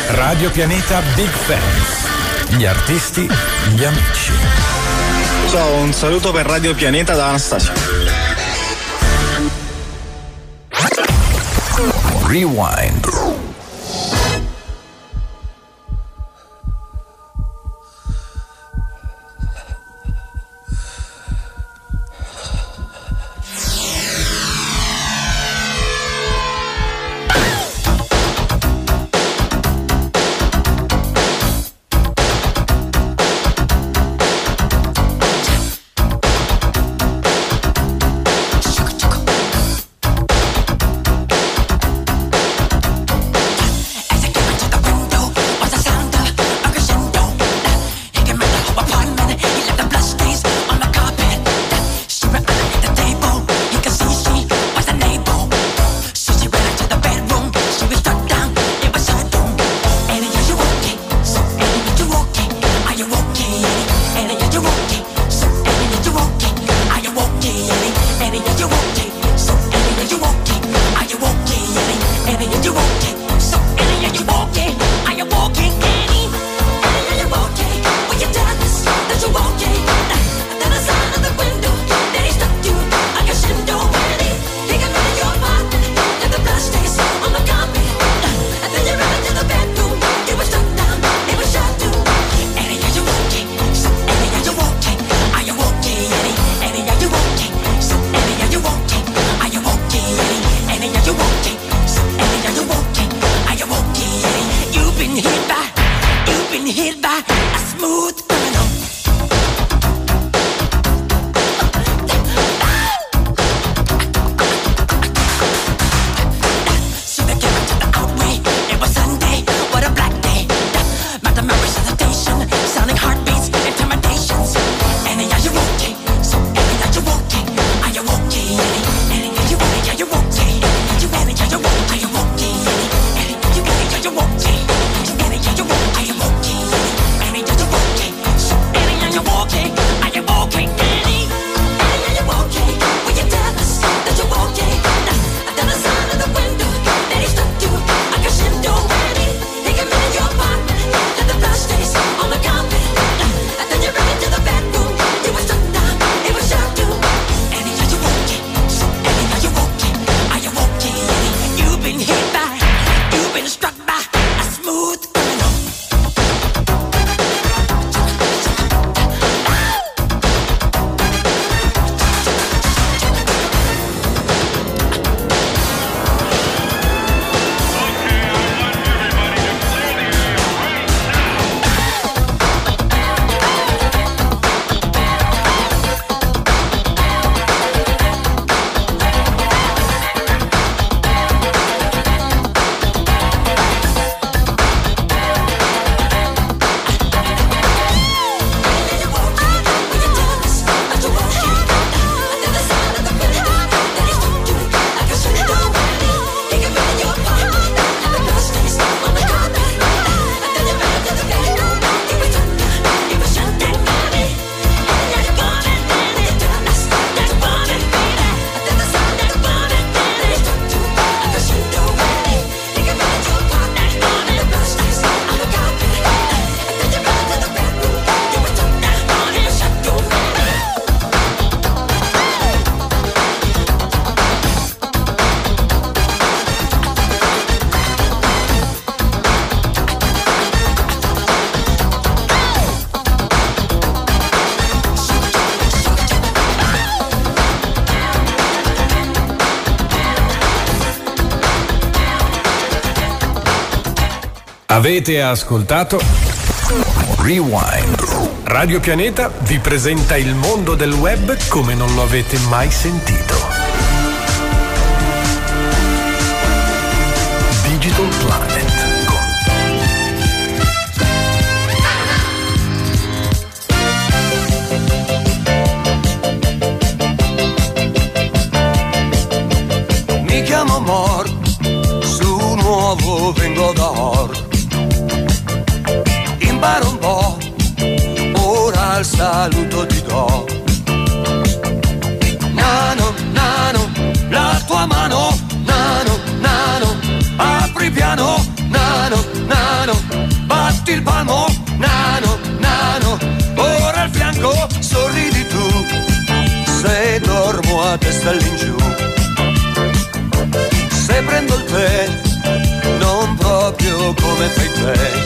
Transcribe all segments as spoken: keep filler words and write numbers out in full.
Radio Pianeta Big Fans. Gli artisti, gli amici. Ciao, un saluto per Radio Pianeta da Anastasia. Rewind. Avete ascoltato Rewind. Radio Pianeta vi presenta il mondo del web come non lo avete mai sentito. Digital Planet. Mi chiamo Mor, su nuovo vengo da Or. Imparo un po', ora il saluto ti do. Nano, nano. batti il palmo, nano, nano, ora al fianco sorridi tu, se dormo a testa all'ingiù, se prendo il tè, non proprio come fai te.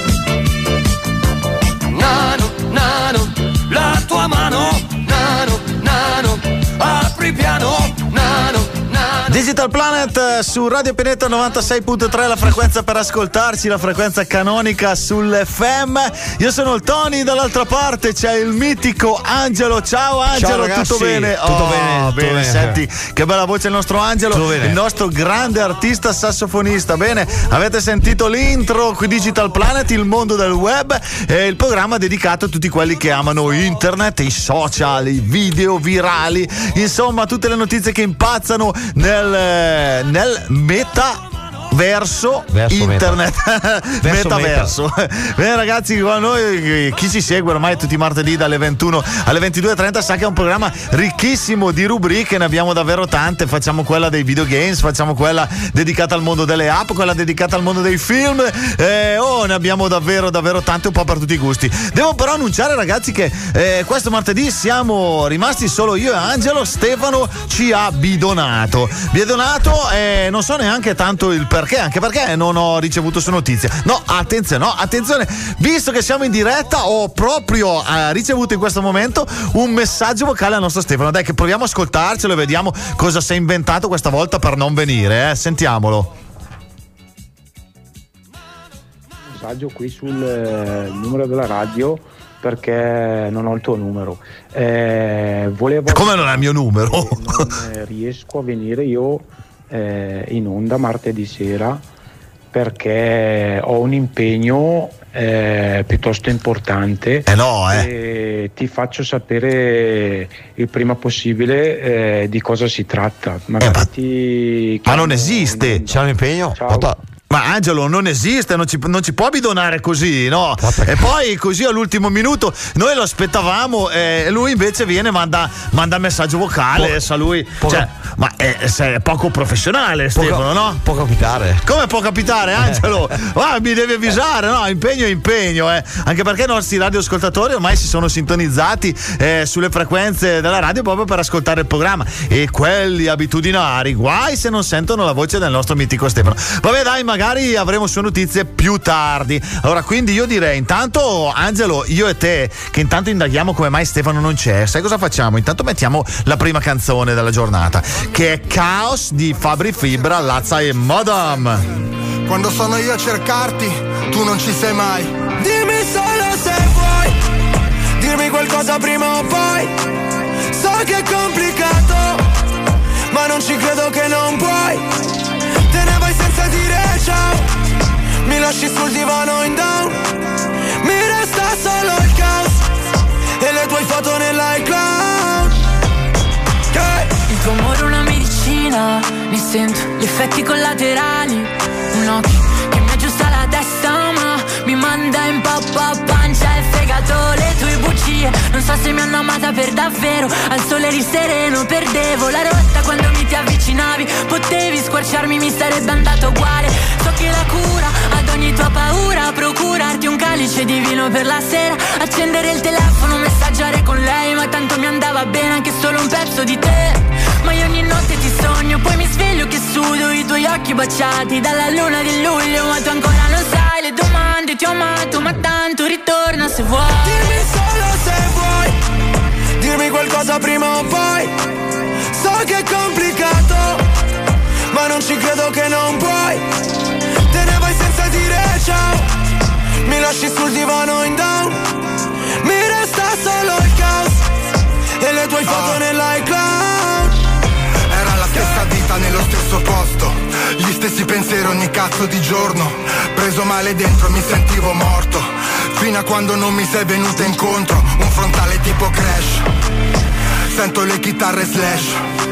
Nano, nano, la tua mano, nano, nano, apri piano, nano, nano. Digital Planet su Radio Pianeta novantasei virgola tre, la frequenza per ascoltarci, la frequenza canonica sull'F M. Io sono il Tony, dall'altra parte c'è il mitico Angelo. Ciao Angelo, ciao ragazzi, tutto bene? Tutto oh, bene, tutto bene, bene. Senti che bella voce il nostro Angelo, il nostro grande artista sassofonista. Bene, avete sentito l'intro qui Digital Planet, il mondo del web, è il programma dedicato a tutti quelli che amano internet, i social, i video virali, insomma tutte le notizie che impazzano nel nel meta verso, verso internet verso metaverso meta. Bene ragazzi, qua noi, chi ci segue ormai tutti i martedì dalle ventuno alle ventidue e trenta sa che è un programma ricchissimo di rubriche, ne abbiamo davvero tante. Facciamo quella dei videogames, facciamo quella dedicata al mondo delle app, quella dedicata al mondo dei film, eh, oh ne abbiamo davvero davvero tante, un po' per tutti i gusti. Devo però annunciare ragazzi che eh, questo martedì siamo rimasti solo io e Angelo. Stefano ci ha bidonato bidonato e non so neanche tanto il perché, anche perché non ho ricevuto sue notizie. No, attenzione, no, attenzione, visto che siamo in diretta ho proprio eh, ricevuto in questo momento un messaggio vocale al nostro Stefano. Dai che proviamo a ascoltarcelo e vediamo cosa si è inventato questa volta per non venire, eh. Sentiamolo. Messaggio qui sul eh, numero della radio perché non ho il tuo numero. Eh, volevo come non è il mio numero? Non eh, riesco a venire io Eh, in onda martedì sera perché ho un impegno eh, piuttosto importante. Eh no, eh. E ti faccio sapere il prima possibile eh, di cosa si tratta. Magari eh, ma, ti ma non esiste. C'è un impegno? Ciao. Ma Angelo, non esiste, non ci, non ci può bidonare così, no? E poi così all'ultimo minuto noi lo aspettavamo e lui invece viene e manda, manda messaggio vocale. Po- sa lui, poco, cioè, ma è, è poco professionale Stefano, poco, no? Può capitare. Come può capitare, Angelo? Ah, mi devi avvisare, no? Impegno è impegno, eh. Anche perché i nostri radioascoltatori ormai si sono sintonizzati eh, sulle frequenze della radio proprio per ascoltare il programma. E quelli abitudinari, guai se non sentono la voce del nostro mitico Stefano. Vabbè, dai, ma magari avremo sue notizie più tardi. Allora quindi io direi intanto Angelo, io e te che intanto indaghiamo come mai Stefano non c'è. Sai cosa facciamo? Intanto mettiamo la prima canzone della giornata, che è Caos di Fabri Fibra, Lazza e Madame. Quando sono io a cercarti tu non ci sei mai. Dimmi solo se vuoi dirmi qualcosa prima o poi. So che è complicato ma non ci credo che non puoi. Te ne vai senza dire ciao, mi lasci sul divano in down, mi resta solo il caos e le tue foto nell'iCloud. Okay. Il tuo amore è una medicina, ne sento gli effetti collaterali. Un occhio che mi aggiusta la testa ma mi manda in pappa pancia e fegato. Le tue bugie non so se mi hanno amata per davvero. Al sole eri sereno, perdevo la rotta quando mi ti avvicinavi. Potevi squarciarmi, mi sarebbe andato uguale. So che la cura ad ogni tua paura, procurarti un calice di vino per la sera, accendere il telefono, messaggiare con lei. Ma tanto mi andava bene anche solo un pezzo di te. Ma io ogni notte ti sogno, poi mi sveglio che sudo, i tuoi occhi baciati dalla luna di luglio. Ma tu ancora non sai le domande, ti ho amato ma tanto ritorna se vuoi. Dimmi solo se vuoi dirmi qualcosa prima o poi. So che è complicato ma non ci credo che non puoi. Te ne vai senza dire ciao, mi lasci sul divano in down, mi resta solo il caos e le tue foto oh. nell'iCloud. Era la stessa vita nello stesso posto, gli stessi pensieri ogni cazzo di giorno. Preso male dentro mi sentivo morto, fino a quando non mi sei venuta incontro. Un frontale tipo Crash, sento le chitarre Slash.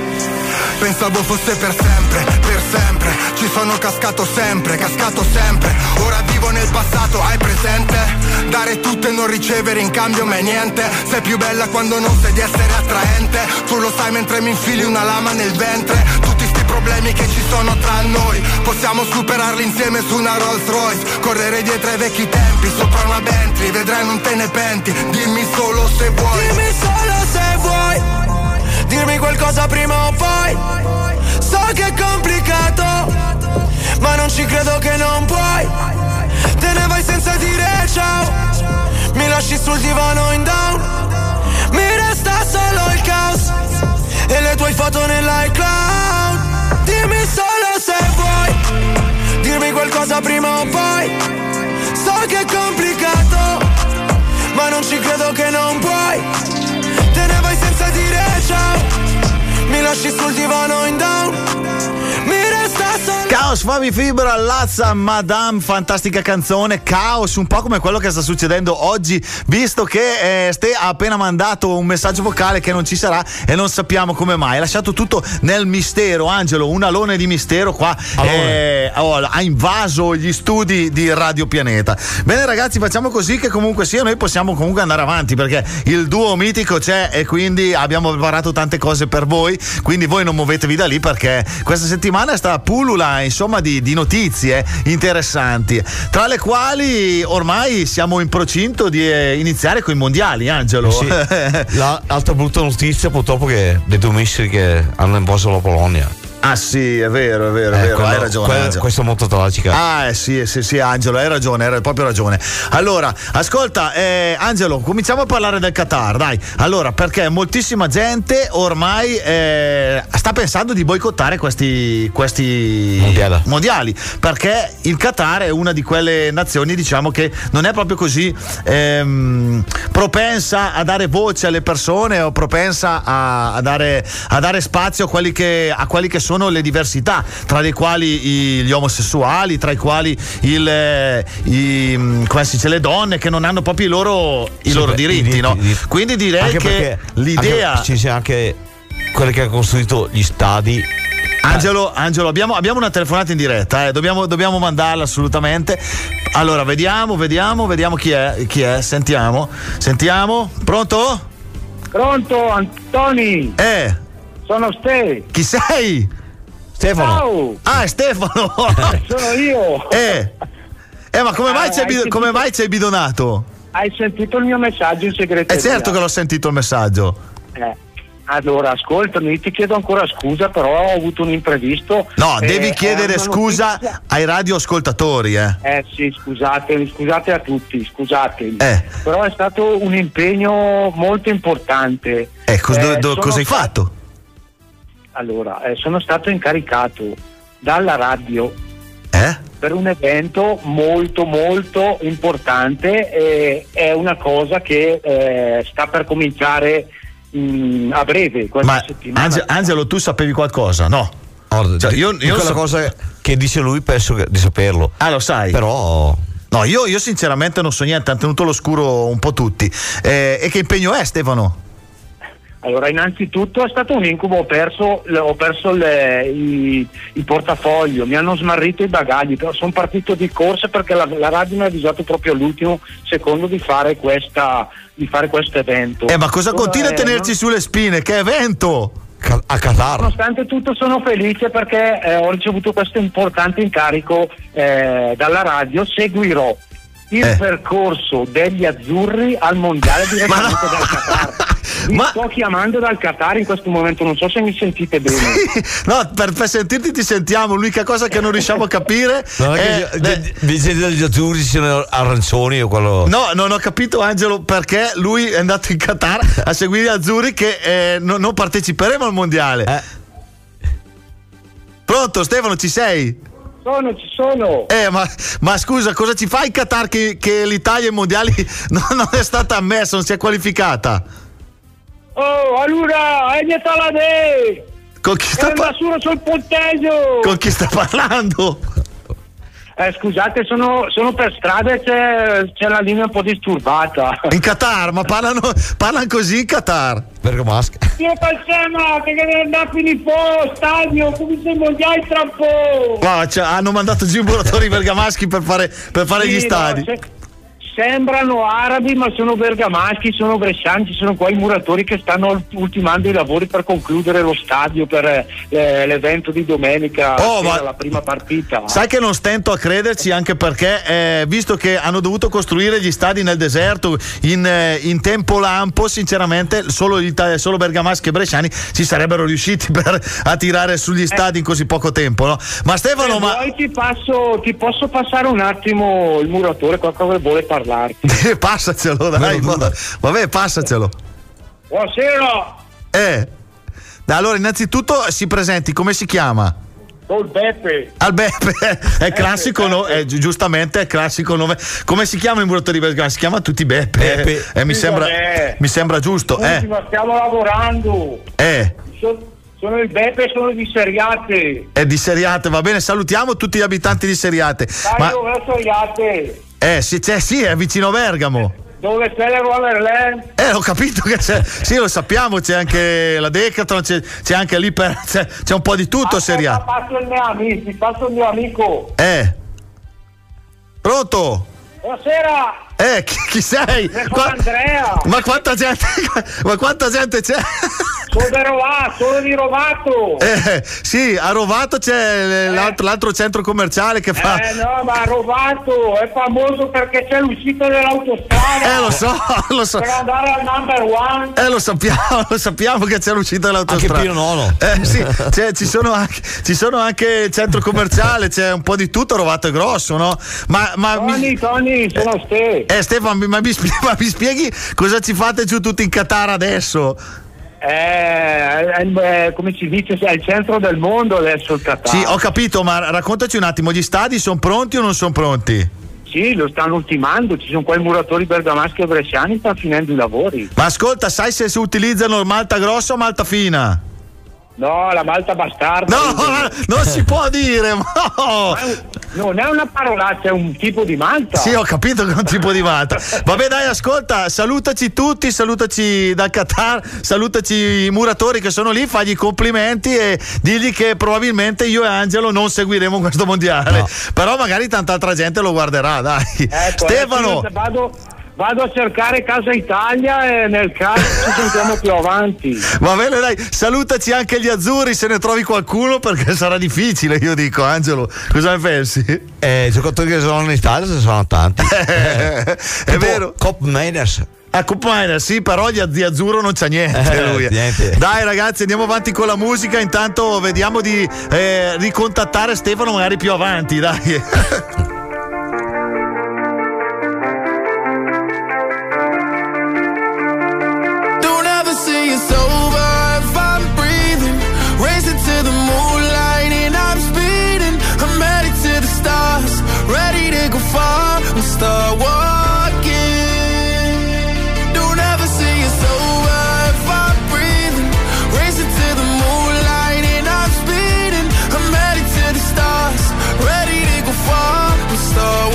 Pensavo fosse per sempre, per sempre. Ci sono cascato sempre, cascato sempre. Ora vivo nel passato, hai presente? Dare tutto e non ricevere in cambio mai niente. Sei più bella quando non sai di essere attraente. Tu lo sai mentre mi infili una lama nel ventre. Tutti sti problemi problemi che ci sono tra noi possiamo superarli insieme su una Rolls Royce. Correre dietro ai vecchi tempi, sopra una Bentley, vedrai non te ne penti. Dimmi solo se vuoi. Dimmi solo se vuoi. Dirmi qualcosa prima o poi. So che è complicato, ma non ci credo che non puoi. Te ne vai senza dire ciao. Mi lasci sul divano in down. Mi resta solo il caos e le tue foto nell'iCloud. Dimmi solo se vuoi. Dirmi qualcosa prima o poi. So che è complicato, ma non ci credo che non puoi. Te ne vai senza dire ciao. Mi lasci sul divano in down. Mi resta solo Caos, Fabi Fibra, Lazza, Madame, fantastica canzone. Caos, un po' come quello che sta succedendo oggi, visto che eh, Ste ha appena mandato un messaggio vocale che non ci sarà e non sappiamo come mai. Ha lasciato tutto nel mistero. Angelo, un alone di mistero qua eh, oh, ha invaso gli studi di Radio Pianeta. Bene ragazzi, facciamo così che comunque sia noi possiamo comunque andare avanti, perché il duo mitico c'è e quindi abbiamo preparato tante cose per voi, quindi voi non muovetevi da lì, perché questa settimana sta pullula insomma di, di notizie interessanti, tra le quali ormai siamo in procinto di eh, iniziare con i mondiali, Angelo. Sì. La, l'altra brutta notizia purtroppo che dei due missili che hanno invaso la Polonia. Ah sì, è vero, è vero, è eh, vero, quello, hai ragione. Quella, Angelo. questa è molto tragica. Ah, eh, sì, sì, sì, Angelo, hai ragione, hai proprio ragione. Allora, ascolta, eh, Angelo, cominciamo a parlare del Qatar, dai. Allora, perché moltissima gente ormai eh, sta pensando di boicottare questi, questi Mondiale. mondiali, perché il Qatar è una di quelle nazioni, diciamo, che non è proprio così ehm, propensa a dare voce alle persone o propensa a, a, dare, a dare spazio a quelli che, a quelli che sono le diversità, tra le quali i, gli omosessuali, tra i quali il, eh, i, come si dice, le donne che non hanno proprio i loro, i Sì, loro beh, diritti, i diritti, no? i diritti. Quindi direi Anche che perché, l'idea anche, ci sia anche quelli che hanno costruito gli stadi. Angelo, Angelo abbiamo, abbiamo una telefonata in diretta, eh, dobbiamo, dobbiamo mandarla assolutamente. Allora, vediamo, vediamo, vediamo chi è, chi è, sentiamo, sentiamo, pronto? Pronto, Antoni? Eh, Sono Ste. chi sei? Stefano. Ciao, Ah, è Stefano! sono io. eh, eh, ma come mai, Eh, ci hai, hai bid- come sentito- mai ci hai bidonato? Hai sentito il mio messaggio in È segreteria? certo che l'ho sentito il messaggio. Eh, allora, ascoltami, ti chiedo ancora scusa, però ho avuto un imprevisto. No, Eh, devi è chiedere una scusa notizia- ai radioascoltatori, eh. Eh sì, scusate, scusate a tutti, scusatemi. Eh. Però è stato un impegno molto importante. Eh, cos- do- Eh, do- sono cosa hai sta- fatto? Allora, eh, sono stato incaricato dalla radio Eh? per un evento molto molto importante, e è una cosa che eh, sta per cominciare mh, a breve, questa Ma settimana. Ange- Angelo, tu sapevi qualcosa? No. Guarda, Cioè, di- io- di io quella so- cosa che dice lui penso che- di saperlo. Ah, lo sai. Però No, io, io sinceramente non so niente, hanno tenuto all'oscuro un po' tutti. Eh, e che impegno è, Stefano? Allora, innanzitutto è stato un incubo, ho perso, ho perso le- i- il portafoglio, mi hanno smarrito i bagagli, però sono partito di corsa perché la, la radio mi ha avvisato proprio all'ultimo secondo di fare questa di fare questo evento. Eh, ma cosa Ora, continui a eh, tenerci non- sulle spine? Che evento! ca- a Qatar. Nonostante tutto sono felice perché eh, ho ricevuto questo importante incarico eh, dalla radio. Seguirò il Eh. percorso degli azzurri al mondiale direttamente Ma no. dal Qatar. Vi Ma- sto chiamando dal Qatar in questo momento, non so se mi sentite bene. No, per, per sentirti ti sentiamo, l'unica cosa che non riusciamo a capire Non è è... che gli- gli- gli gente degli azzurri siano arancioni o quello. No, non ho capito, Angelo, perché lui è andato in Qatar a seguire gli azzurri che eh, no- non parteciperemo al mondiale. Eh. Pronto, Stefano, ci sei? Sono, ci sono. Eh, ma, ma scusa, cosa ci fa in Qatar che, che l'Italia ai mondiali non, non è stata ammessa, non si è qualificata? Oh, allora, è mia talade! Con chi sta, È par- solo sul ponteggio! con chi sta parlando? Eh, scusate, sono, sono per strada e c'è, c'è la linea un po' disturbata. In Qatar, ma parlano, parlano così in Qatar. Bergamasca. Io facciamo che deve andare a finire po' stadio, comincia il mondiale tra un po'. Wow, cioè, hanno mandato giù i buratori bergamaschi per fare, per fare Sì, gli no, stadi. se, sembrano arabi ma sono bergamaschi, sono bresciani, ci sono qua i muratori che stanno ultimando i lavori per concludere lo stadio per eh, l'evento di domenica, oh, che ma... era la prima partita. Sai che non stento a crederci, anche perché eh, visto che hanno dovuto costruire gli stadi nel deserto in, eh, in tempo lampo, sinceramente solo, gli, solo bergamaschi e bresciani ci sarebbero riusciti per attirare sugli stadi eh. in così poco tempo, no? Ma Stefano, Se ma vuoi ti, passo, ti posso passare un attimo il muratore, qualcosa vuole parlarti. Passacelo, dai, vabbè, vabbè, passacelo. Buonasera. Eh. Allora, innanzitutto si presenti, come si chiama? Sono il Beppe. Al Beppe, è classico, no? È, giustamente è classico nome. Come si chiama il muratore di Bergamo? Si chiama tutti Beppe. Beppe. Eh, mi, sì, sembra, mi sembra giusto. Scusi, eh. ma stiamo lavorando. Eh. Sono, sono il Beppe, sono di Seriate. È di Seriate, va bene, salutiamo tutti gli abitanti di Seriate. Dai, ma... dove è Seriate? Eh, sì, c'è, sì, è vicino Bergamo. Dove c'è l'Eroe Merlin? Eh, ho capito che c'è. Sì, lo sappiamo, c'è anche la Decathlon, c'è, c'è anche lì per. C'è, c'è un po' di tutto, Seriate. Passo il mio amico, passo il mio amico. Eh. Pronto? Buonasera. Eh, chi, chi sei? Qua... Andrea. Ma quanta gente, ma quanta gente c'è? Sono di Rovato, sono di Rovato. Eh, sì, a Rovato c'è l'altro, eh. l'altro centro commerciale che fa. Eh no, ma Rovato è famoso perché c'è l'uscita dell'autostrada. Eh, lo so, lo so. Per andare al number one. Eh, lo sappiamo, lo sappiamo che c'è l'uscita dell'autostrada. Anche Pio Nono. Eh, sì, c'è, ci sono anche, ci sono anche il centro commerciale, c'è un po' di tutto, Rovato è grosso, no? Ma, ma Tony, mi... Tony, sono eh, te. Eh, Stefano, ma mi, spieghi, ma mi spieghi cosa ci fate giù tutti in Qatar adesso? Eh, è, come si dice, è il centro del mondo adesso il Qatar. Sì, ho capito, ma raccontaci un attimo, gli stadi sono pronti o non sono pronti? Sì, lo stanno ultimando, ci sono qua i muratori bergamaschi e bresciani, stanno finendo i lavori. Ma ascolta, sai se si utilizzano malta grossa o malta fina? No, la malta bastarda. No, non si può dire, no. Ma è un, non è una parolaccia, è un tipo di malta. Sì, ho capito che è un tipo di malta. Vabbè, dai, ascolta, salutaci tutti, salutaci dal Qatar, salutaci i muratori che sono lì, fagli i complimenti e digli che probabilmente io e Angelo non seguiremo questo mondiale. No. Però magari tanta altra gente lo guarderà, dai. Ecco, Stefano. Vado, vado a cercare Casa Italia e nel caso ci sentiamo più avanti. Va bene, dai, salutaci anche gli azzurri se ne trovi qualcuno, perché sarà difficile, io dico. Angelo, cosa ne pensi? Eh, i giocatori che sono in Italia ce ne sono tanti. È vero. Cop Miners. A Copminer, sì, però di azzurro non c'ha niente, eh, lui. niente. Dai ragazzi, andiamo avanti con la musica. Intanto vediamo di eh, ricontattare Stefano magari più avanti, dai. Start walking. Don't ever say it's over if I'm breathing. Racing to the moonlight and I'm speeding. I'm headed to the stars, ready to go far and start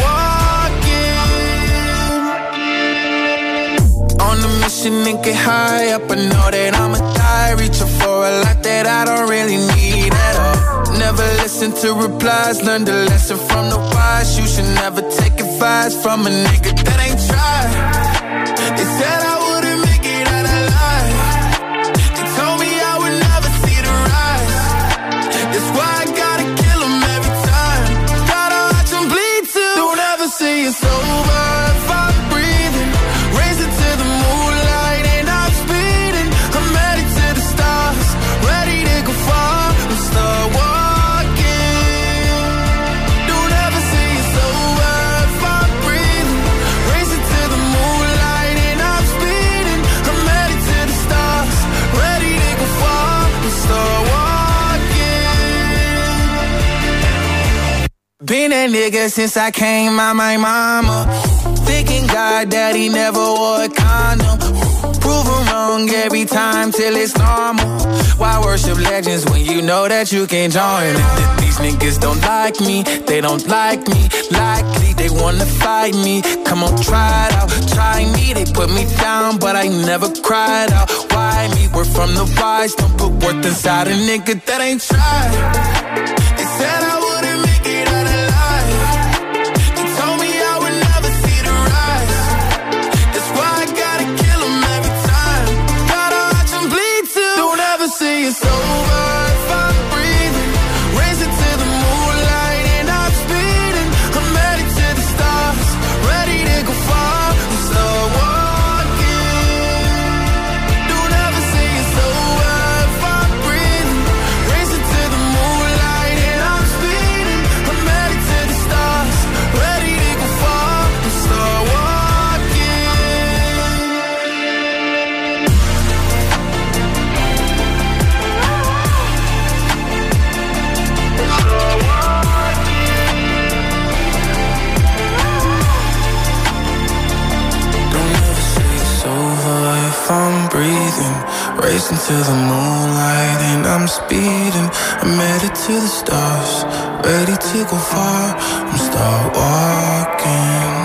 walking. On a mission and get high up, I know that I'ma die. Reaching for a lot that I don't really need at all. Never listen to replies, learn the lesson from the wise. You should never take advice from a nigga that ain't tried. They said I wouldn't make it out alive. They told me I would never see the rise. That's why I gotta kill them every time. Gotta watch them bleed too. Don't ever say it's over if I'm breathing. Racing to the moonlight and I'm speeding. I'm headed to the stars, ready to go far and start walking. Been a nigga since I came out my mama. Thinking God that he never wore a condom. Proven wrong every time till it's normal. Why worship legends when you know that you can't join it? These niggas don't like me, they don't like me. Likely they wanna fight me. Come on, try it out, try me. They put me down, but I never cried out. Why me? We're from the wise. Don't put worth inside a nigga that ain't tried. They said I wouldn't make it out alive. They told me I would never see the rise. Racing to the moonlight and I'm speeding. I'm headed to the stars, ready to go far. I'm start walking.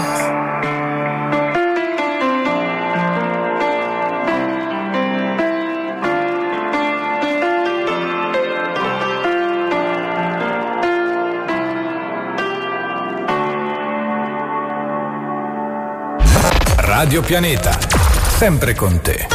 Radio Pianeta, sempre con te.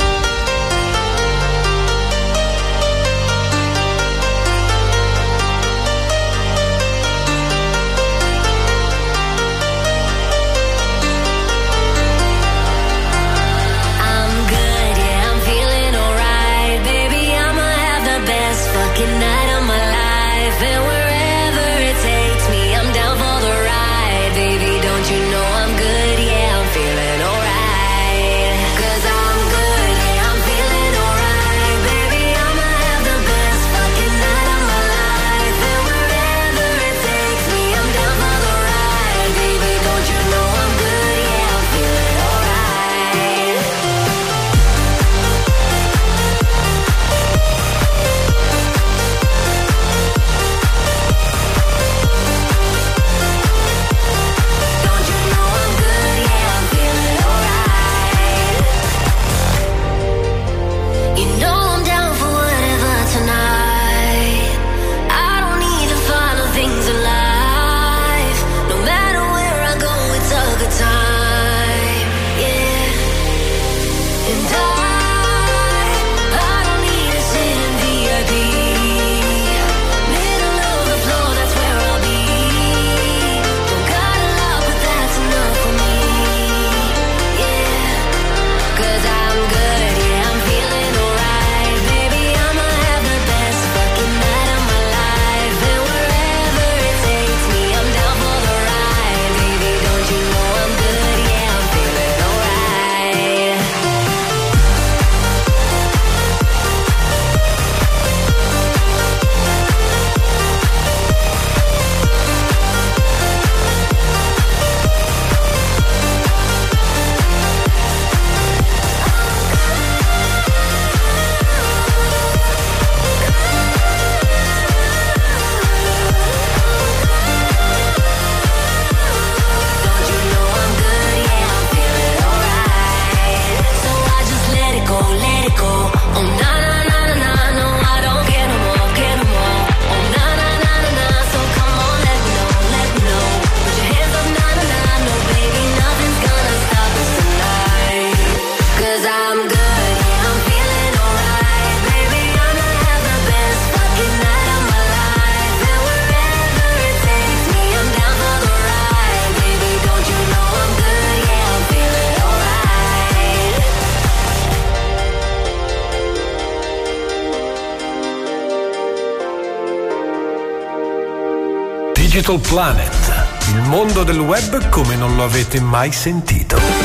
Digital Planet, il mondo del web come non lo avete mai sentito.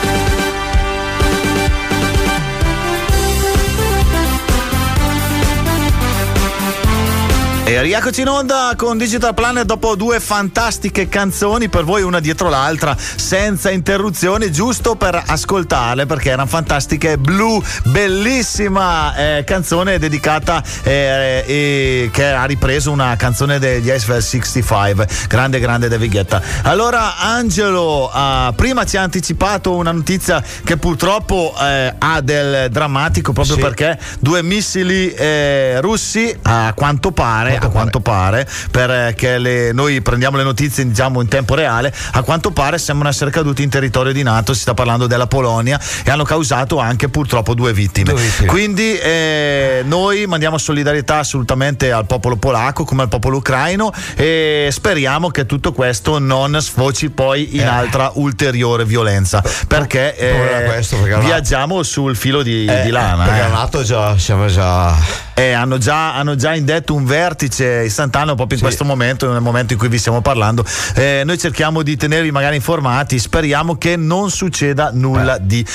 E rieccoci in onda con Digital Planet dopo due fantastiche canzoni per voi, una dietro l'altra, senza interruzioni, giusto per ascoltarle perché erano fantastiche. Blue, bellissima eh, canzone dedicata eh, eh, che ha ripreso una canzone degli Icefel sessantacinque, grande grande David Guetta. Allora Angelo eh, prima ci ha anticipato una notizia che purtroppo eh, ha del drammatico proprio sì. perché due missili eh, russi a quanto pare a quanto pare, perché le, noi prendiamo le notizie diciamo in tempo reale, a quanto pare sembrano essere caduti in territorio di NATO, si sta parlando della Polonia, e hanno causato anche purtroppo due vittime. Due vittime. Quindi eh, noi mandiamo solidarietà assolutamente al popolo polacco come al popolo ucraino e speriamo che tutto questo non sfoci poi in eh. altra ulteriore violenza, perché, eh, questo, perché viaggiamo la... sul filo di, eh, di lana. Perché eh. la NATO già siamo già Eh, hanno, già, hanno già indetto un vertice istantaneo proprio in sì. questo momento, nel momento in cui vi stiamo parlando. Eh, noi cerchiamo di tenervi magari informati, speriamo che non succeda nulla eh. di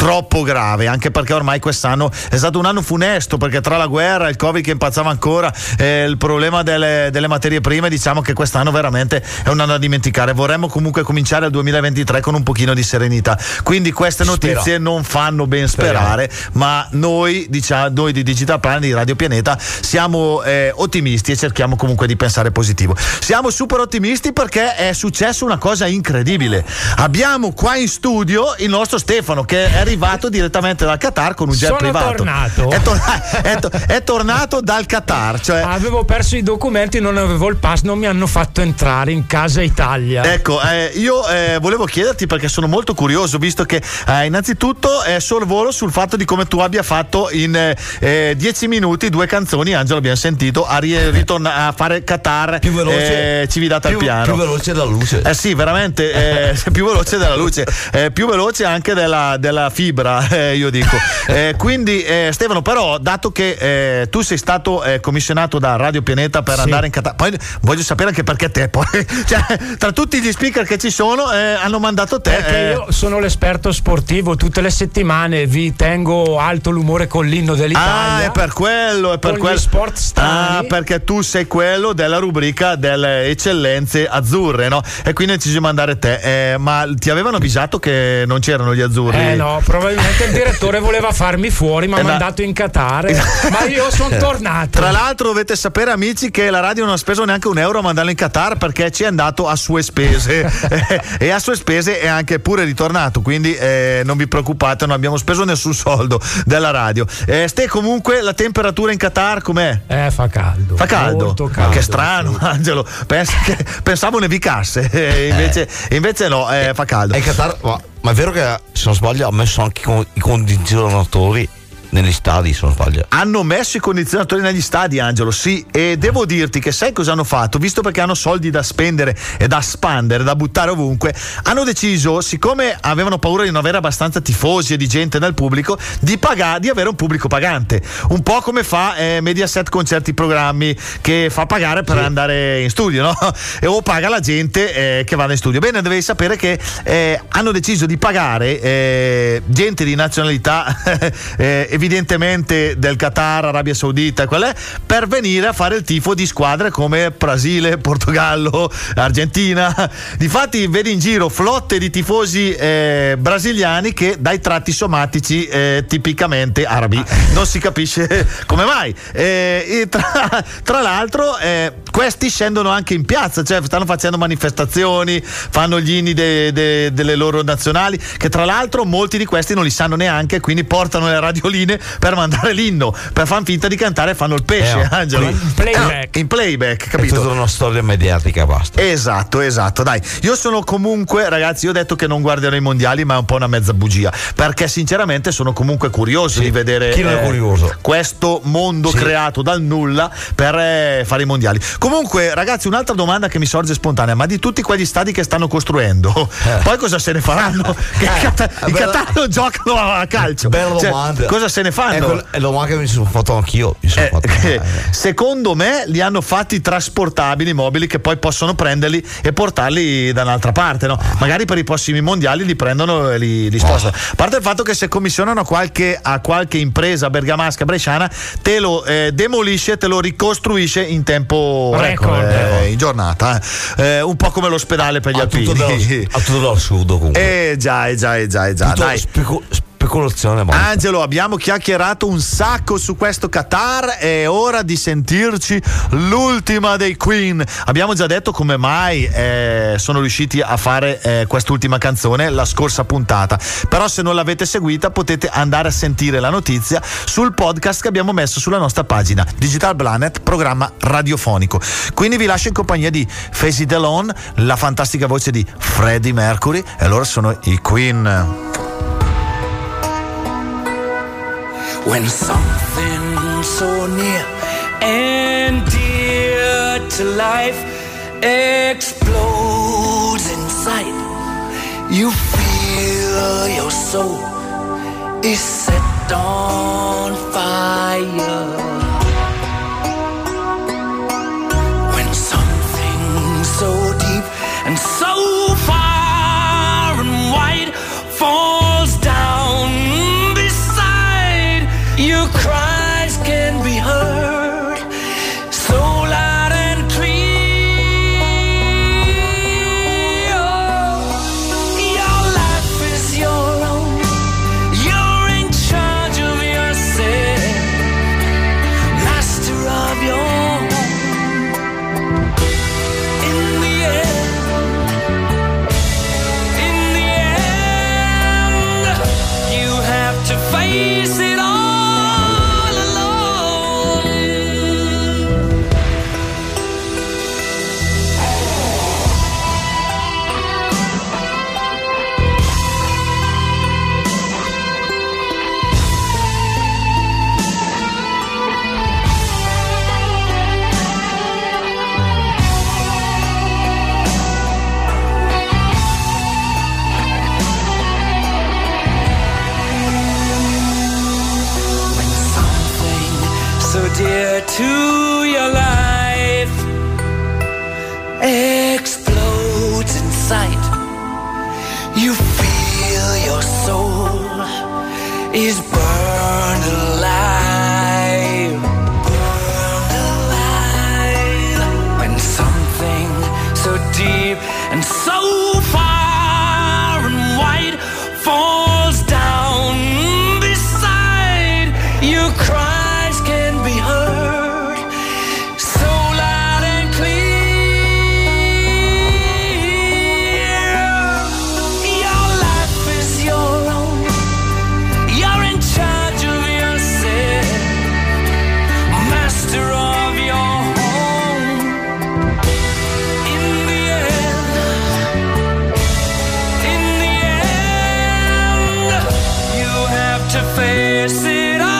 troppo grave, anche perché ormai quest'anno è stato un anno funesto, perché tra la guerra, il Covid che impazzava ancora, eh, il problema delle, delle materie prime, diciamo che quest'anno veramente è un anno da dimenticare. Vorremmo comunque cominciare il duemilaventitré con un pochino di serenità, quindi queste notizie Spera. non fanno ben sperare, Spera. ma noi, diciamo, noi di Digital Planet, di Radio Pianeta, siamo eh, ottimisti e cerchiamo comunque di pensare positivo. Siamo super ottimisti perché è successo una cosa incredibile. Abbiamo qua in studio il nostro Stefano, che è arrivato direttamente dal Qatar con un jet Sono privato. Tornato. È, tor- è, to- è tornato dal Qatar, cioè... avevo perso i documenti, non avevo il pass, non mi hanno fatto entrare in Casa Italia. Ecco, eh, io eh, volevo chiederti, perché sono molto curioso, visto che eh, innanzitutto è sorvolo sul fatto di come tu abbia fatto in eh, dieci minuti due canzoni. Angelo, abbiamo sentito, a, ri- ritorna- a fare Qatar più veloce, eh, cividata più, al piano, più veloce della luce. Eh sì, veramente eh, più veloce della luce, eh, più veloce anche della, della fibra, eh, io dico. Eh, quindi eh, Stefano, però, dato che eh, tu sei stato eh, commissionato da Radio Pianeta per sì. andare in Qatar, poi voglio sapere anche perché te, poi, cioè, tra tutti gli speaker che ci sono eh, hanno mandato te. Perché eh. io sono l'esperto sportivo, tutte le settimane vi tengo alto l'umore con l'inno dell'Italia. Ah, è per quello, è per con quello. gli sport strani. Ah, perché tu sei quello della rubrica delle eccellenze azzurre, no? E quindi ho deciso di mandare te. Eh, ma ti avevano avvisato che non c'erano gli azzurri? Eh no, probabilmente il direttore voleva farmi fuori, mi ha Eh, mandato in Qatar, ma io sono tornato. Tra l'altro dovete sapere, amici, che la radio non ha speso neanche un euro a mandarlo in Qatar, perché ci è andato a sue spese e a sue spese è anche pure ritornato, quindi eh, non vi preoccupate, non abbiamo speso nessun soldo della radio. eh, Ste, comunque la temperatura in Qatar com'è? Eh, fa caldo. Fa caldo? Molto caldo. Che strano, sì. Angelo, pensa che, pensavo nevicasse, eh, invece, eh. invece no, eh, fa caldo. E Qatar, ma, ma è vero che, se non sbaglio, ha messo anche i condizionatori negli stadi, se non sbaglio. Hanno messo i condizionatori negli stadi, Angelo, sì, e devo dirti che sai cosa hanno fatto? Visto perché hanno soldi da spendere e da spandere, da buttare ovunque, hanno deciso, siccome avevano paura di non avere abbastanza tifosi e di gente nel pubblico, di pagare, di avere un pubblico pagante, un po' come fa eh, Mediaset con certi programmi, che fa pagare per sì. andare in studio, no? E o paga la gente eh, che vada in studio. Bene, devi sapere che eh, hanno deciso di pagare eh, gente di nazionalità eh, evidentemente del Qatar, Arabia Saudita, qual è, per venire a fare il tifo di squadre come Brasile, Portogallo, Argentina. Difatti vedi in giro flotte di tifosi eh, brasiliani che dai tratti somatici eh, tipicamente arabi, non si capisce come mai. Eh, e tra, tra l'altro eh, questi scendono anche in piazza, cioè stanno facendo manifestazioni, fanno gli inni de, de, delle loro nazionali, che tra l'altro molti di questi non li sanno neanche, quindi portano le radioline per mandare l'inno, per far finta di cantare, fanno il pesce, eh, Angelo. In playback. Eh, in playback, capito? È tutta una storia mediatica, basta. Esatto, esatto. Dai, io sono comunque, ragazzi, io ho detto che non guarderò i mondiali, ma è un po' una mezza bugia, perché sinceramente sono comunque curioso sì. di vedere Chi non è eh, curioso? questo mondo sì. creato dal nulla per eh, fare i mondiali. Comunque, ragazzi, un'altra domanda che mi sorge spontanea: ma di tutti quegli stadi che stanno costruendo, eh. poi cosa se ne faranno? Che eh. Cat- I Qatar non giocano a calcio. Bella cioè, domanda. cosa se ne fanno? Ecco, è la domanda che mi sono fatto anch'io. Mi sono eh, fatto, eh, eh. Secondo me li hanno fatti trasportabili, mobili, che poi possono prenderli e portarli da un'altra parte, no? Magari per i prossimi mondiali li prendono e li, li spostano. Oh. A parte il fatto che se commissionano a qualche, a qualche impresa bergamasca, bresciana, te lo eh, demolisce, te lo ricostruisce in tempo record, eh, in giornata, eh. Eh, un po' come l'ospedale per gli a alpini. Tutto dello, a tutto dal sud comunque. Eh già, eh già, eh già, eh già. Tutto Dai. Specu- speculazione. Basta. Angelo, abbiamo chiacchierato un sacco su questo Qatar, è ora di sentirci l'ultima dei Queen. Abbiamo già detto come mai eh, sono riusciti a fare eh, quest'ultima canzone la scorsa puntata, però se non l'avete seguita potete andare a sentire la notizia sul podcast che abbiamo messo sulla nostra pagina Digital Planet, programma radiofonico. Quindi vi lascio in compagnia di Face It Alone, la fantastica voce di Freddie Mercury, e loro sono i Queen. When something so near and dear to life explodes in sight, you feel your soul is set on fire. When something so deep and so far and wide falls down to your life explodes in sight. You feel your soul is burned alive, burned alive. When something so deep and so far and wide falls down beside you, cries can be heard so loud and clear. Your life is your own, you're in charge of yourself, master of your home. In the end, in the end, you have to face it all.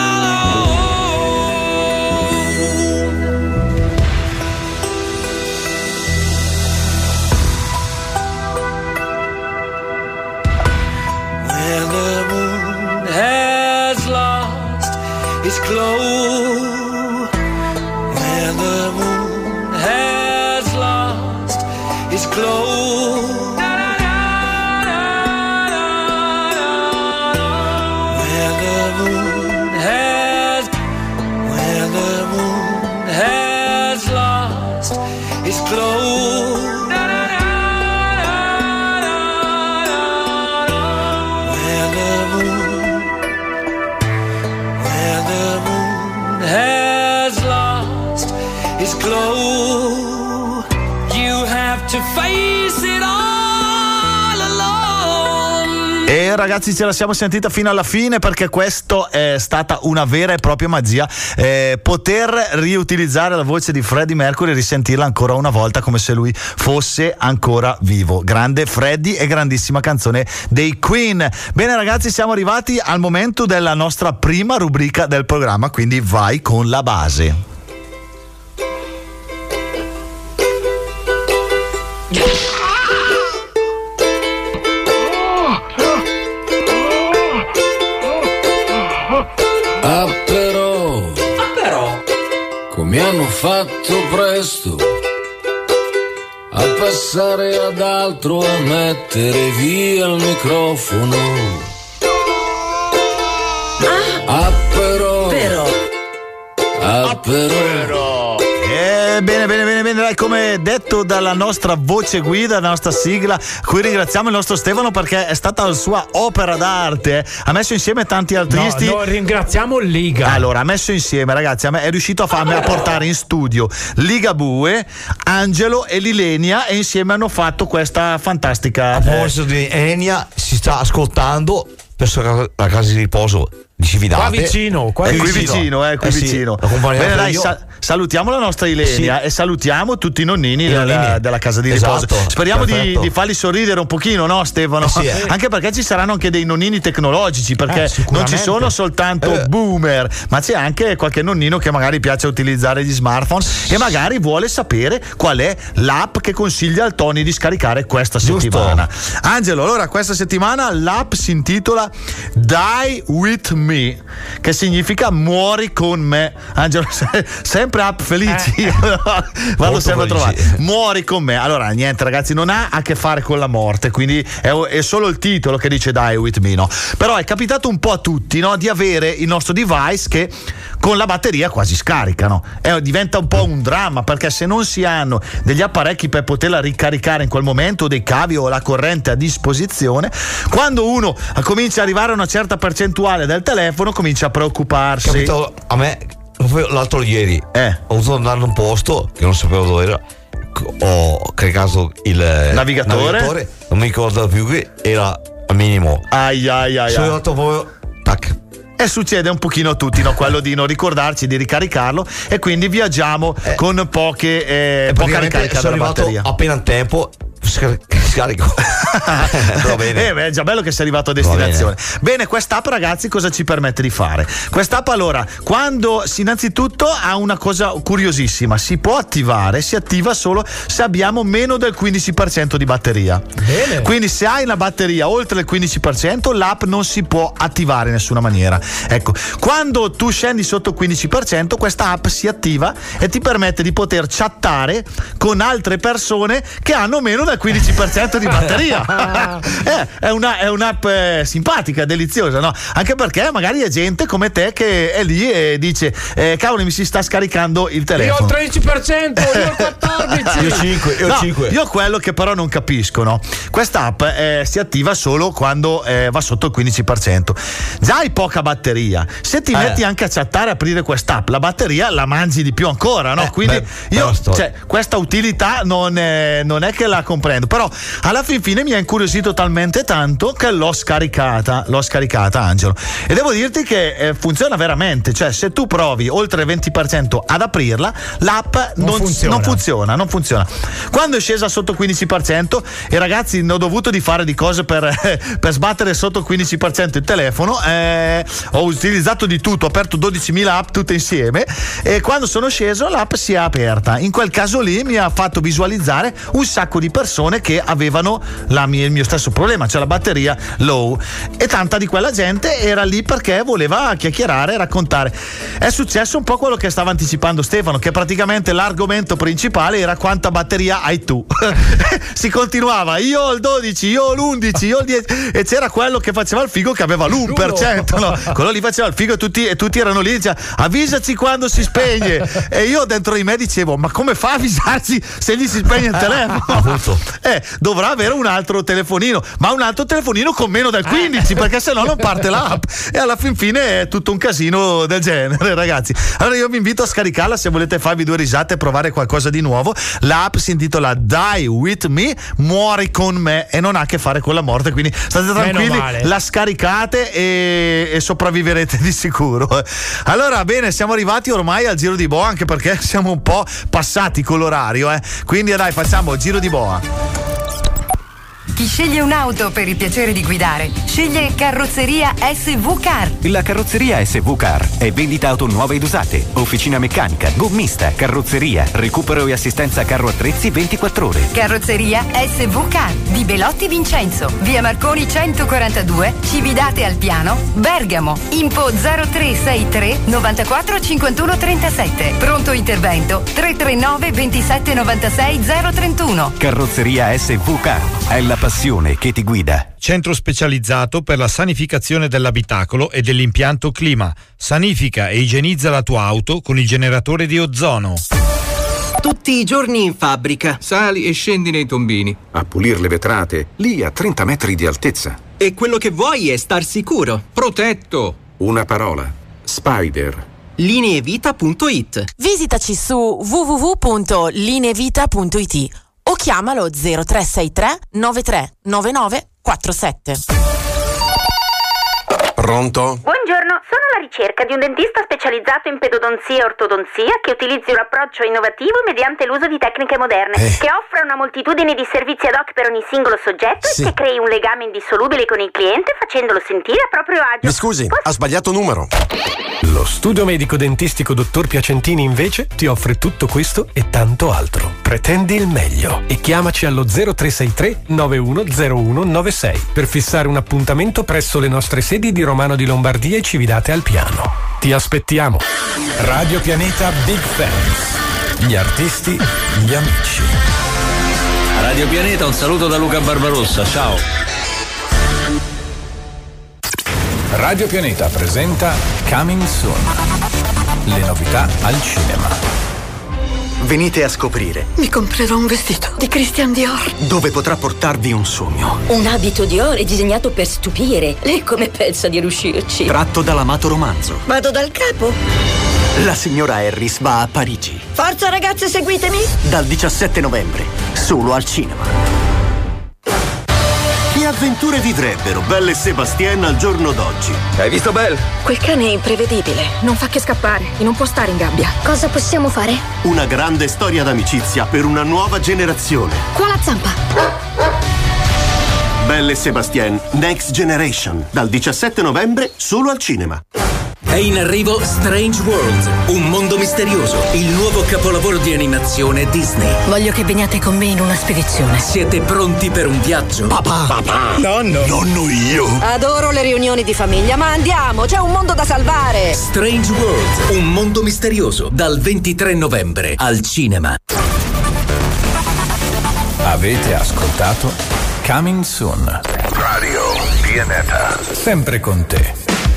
When the moon has lost its glow, when the moon has lost its glow, when the moon has, when the moon has lost its glow. When the moon, when the moon has lost its glow, you have to face it all alone. E ragazzi, ce la siamo sentita fino alla fine, perché questo è stata una vera e propria magia, eh, poter riutilizzare la voce di Freddie Mercury e risentirla ancora una volta come se lui fosse ancora vivo. Grande Freddie e grandissima canzone dei Queen. Bene ragazzi, siamo arrivati al momento della nostra prima rubrica del programma, quindi vai con la base. Ah però, ah però, come hanno fatto presto a passare ad altro, a mettere via il microfono. Ah, ah però, però, ah, ah però. però. Eh, bene, bene, bene, bene, dai, come detto dalla nostra voce guida, dalla nostra sigla, qui ringraziamo il nostro Stefano perché è stata la sua opera d'arte, eh. Ha messo insieme tanti artisti. No, no, ringraziamo Liga. Allora, ha messo insieme, ragazzi, è riuscito a farmi a portare in studio Ligabue, Angelo e Lilenia, e insieme hanno fatto questa fantastica. A proposito di Enia, si sta ascoltando per la casa di riposo di Cividate. Qua vicino, qua è vicino. qui vicino, eh, qui eh sì, vicino. Bene, dai, sa- salutiamo la nostra Ilenia, sì, e salutiamo tutti i nonnini, I della, nonnini. della casa di riposo. Esatto, speriamo di, di farli sorridere un pochino, no Stefano? Eh sì, eh. Anche perché ci saranno anche dei nonnini tecnologici, perché eh, non ci sono soltanto eh. boomer, ma c'è anche qualche nonnino che magari piace utilizzare gli smartphone e magari vuole sapere qual è l'app che consiglia al Tony di scaricare questa Giusto. settimana. Angelo, allora questa settimana l'app si intitola Die With Me, che significa muori con me. Angelo, sempre app felici, eh. vado sempre a trovare. Muori con me. Allora, niente ragazzi, non ha a che fare con la morte, quindi è, è solo il titolo che dice Die With Me, no? Però è capitato un po' a tutti, no? Di avere il nostro device che con la batteria quasi scaricano. È, diventa un po' un dramma, perché se non si hanno degli apparecchi per poterla ricaricare in quel momento, dei cavi o la corrente a disposizione, quando uno comincia ad arrivare a una certa percentuale del telefono comincia a preoccuparsi. Capito, a me l'altro ieri eh. ho dovuto andare in un posto che non sapevo dove era, ho caricato il navigatore, navigatore non mi ricordo più che era al minimo. Ai ai ai. Sono andato poi tac. E succede un pochino a tutti, no? Quello di non ricordarci di ricaricarlo, e quindi viaggiamo eh. con poche eh, poca ricarica sono della arrivato batteria. Appena in tempo, scarico. Va bene. Eh, beh, è già bello che sei arrivato a destinazione. Bene. bene, quest'app, ragazzi, cosa ci permette di fare? Quest'app, allora, quando innanzitutto ha una cosa curiosissima, si può attivare, si attiva solo se abbiamo meno del quindici per cento di batteria. Bene. Quindi se hai una batteria oltre il quindici per cento, l'app non si può attivare in nessuna maniera. Ecco, quando tu scendi sotto il quindici per cento, questa app si attiva e ti permette di poter chattare con altre persone che hanno meno del quindici per cento di batteria. eh, è, una, è un'app eh, simpatica, deliziosa, no? Anche perché magari è gente come te che è lì e dice eh, cavolo, mi si sta scaricando il telefono. Io ho il tredici per cento, io ho il quattordici per cento. Io cinque, io no, cinque. Io quello che però non capisco, no? Questa app eh, si attiva solo quando eh, va sotto il quindici per cento. Già hai poca batteria. Se ti eh. metti anche a chattare e aprire quest'app, la batteria la mangi di più ancora, no? Eh, Quindi beh, io cioè, questa utilità non è, non è che la comprendo. Però alla fin fine mi ha incuriosito talmente tanto che l'ho scaricata, l'ho scaricata, Angelo. E devo dirti che eh, funziona veramente. Cioè, se tu provi oltre il venti per cento ad aprirla, l'app non, non, funziona. non funziona, non funziona. Quando è scesa sotto il quindici per cento, e ragazzi, ne ho dovuto di fare di cose per, eh, per sbattere sotto il quindici per cento il telefono. Eh, ho utilizzato di tutto, ho aperto dodicimila app tutte insieme, e quando sono sceso l'app si è aperta. In quel caso lì mi ha fatto visualizzare un sacco di persone che avevano la mia, il mio stesso problema, cioè la batteria low, e tanta di quella gente era lì perché voleva chiacchierare e raccontare. È successo un po' quello che stava anticipando Stefano, che praticamente l'argomento principale era quanta batteria hai tu. Si continuava, io ho il dodici, io ho l'undici, io ho il dieci, e c'era quello che faceva il figo che aveva l'uno per cento, no? Quello lì faceva il figo e tutti, e tutti erano lì e diceva avvisaci quando si spegne, e io dentro di me dicevo ma come fa a avvisarci se gli si spegne il telefono? Eh, dovrà avere un altro telefonino, ma un altro telefonino con meno del quindici, perché sennò non parte l'app, e alla fin fine è tutto un casino del genere, ragazzi. Allora io vi invito a scaricarla se volete farvi due risate e provare qualcosa di nuovo. L'app si intitola Die With Me, muori con me, e non ha a che fare con la morte, quindi state tranquilli, la scaricate e, e sopravviverete di sicuro. Allora bene, siamo arrivati ormai al giro di boa, anche perché siamo un po' passati con l'orario, eh. Quindi dai, facciamo giro di boa. Chi sceglie un'auto per il piacere di guidare sceglie Carrozzeria S V Car. La Carrozzeria S V Car è vendita auto nuove ed usate, officina meccanica, gommista, carrozzeria, recupero e assistenza carro attrezzi ventiquattro ore. Carrozzeria S V Car di Belotti Vincenzo, via Marconi centoquarantadue, Cividate al Piano, Bergamo. Info zero tre sei tre novantaquattro cinquantuno trentasette. Pronto intervento tre tre nove ventisette novantasei zero trentuno. Carrozzeria S V Car è la passione che ti guida. Centro specializzato per la sanificazione dell'abitacolo e dell'impianto clima. Sanifica e igienizza la tua auto con il generatore di ozono. Tutti i giorni in fabbrica. Sali e scendi nei tombini. A pulire le vetrate, lì a trenta metri di altezza. E quello che vuoi è star sicuro. Protetto. Una parola. Spider. Lineevita punto it. Visitaci su w w w punto lineevita punto it o chiamalo zero tre sei tre nove tre nove nove quattro sette. Pronto? Buongiorno, sono alla ricerca di un dentista specializzato in pedodonzia e ortodonzia che utilizzi un approccio innovativo mediante l'uso di tecniche moderne, eh. che offra una moltitudine di servizi ad hoc per ogni singolo soggetto, sì. e che crei un legame indissolubile con il cliente facendolo sentire a proprio agio. Mi scusi, Posso... ha sbagliato numero. Lo studio medico dentistico dottor Piacentini invece ti offre tutto questo e tanto altro. Pretendi il meglio e chiamaci allo zero tre sei tre nove uno zero uno nove sei per fissare un appuntamento presso le nostre sedi di Romano di Lombardia e Cividate al Piano. Ti aspettiamo. Radio Pianeta Big Fans. Gli artisti, gli amici. Radio Pianeta, un saluto da Luca Barbarossa. Ciao. Radio Pianeta presenta Coming Soon. Le novità al cinema. Venite a scoprire. Mi comprerò un vestito di Christian Dior, dove potrà portarvi un sogno. Un abito Dior è disegnato per stupire. Lei come pensa di riuscirci? Tratto dall'amato romanzo. Vado dal capo. La signora Harris va a Parigi. Forza ragazze, seguitemi. Dal diciassette novembre, solo al cinema. Chi ha avventure vivrebbero Belle e Sebastien al giorno d'oggi? Hai visto Belle? Quel cane è imprevedibile, non fa che scappare e non può stare in gabbia. Cosa possiamo fare? Una grande storia d'amicizia per una nuova generazione. Qua la zampa! Belle e Sebastien Next Generation, dal diciassette novembre solo al cinema. È in arrivo Strange World, un mondo misterioso, il nuovo capolavoro di animazione Disney. Voglio che veniate con me in una spedizione. Siete pronti per un viaggio? Papà! Papà! Nonno! Nonno io! Adoro le riunioni di famiglia, ma andiamo, c'è un mondo da salvare! Strange World, un mondo misterioso, dal ventitré novembre al cinema. Avete ascoltato Coming Soon. Radio Pianeta. Sempre con te.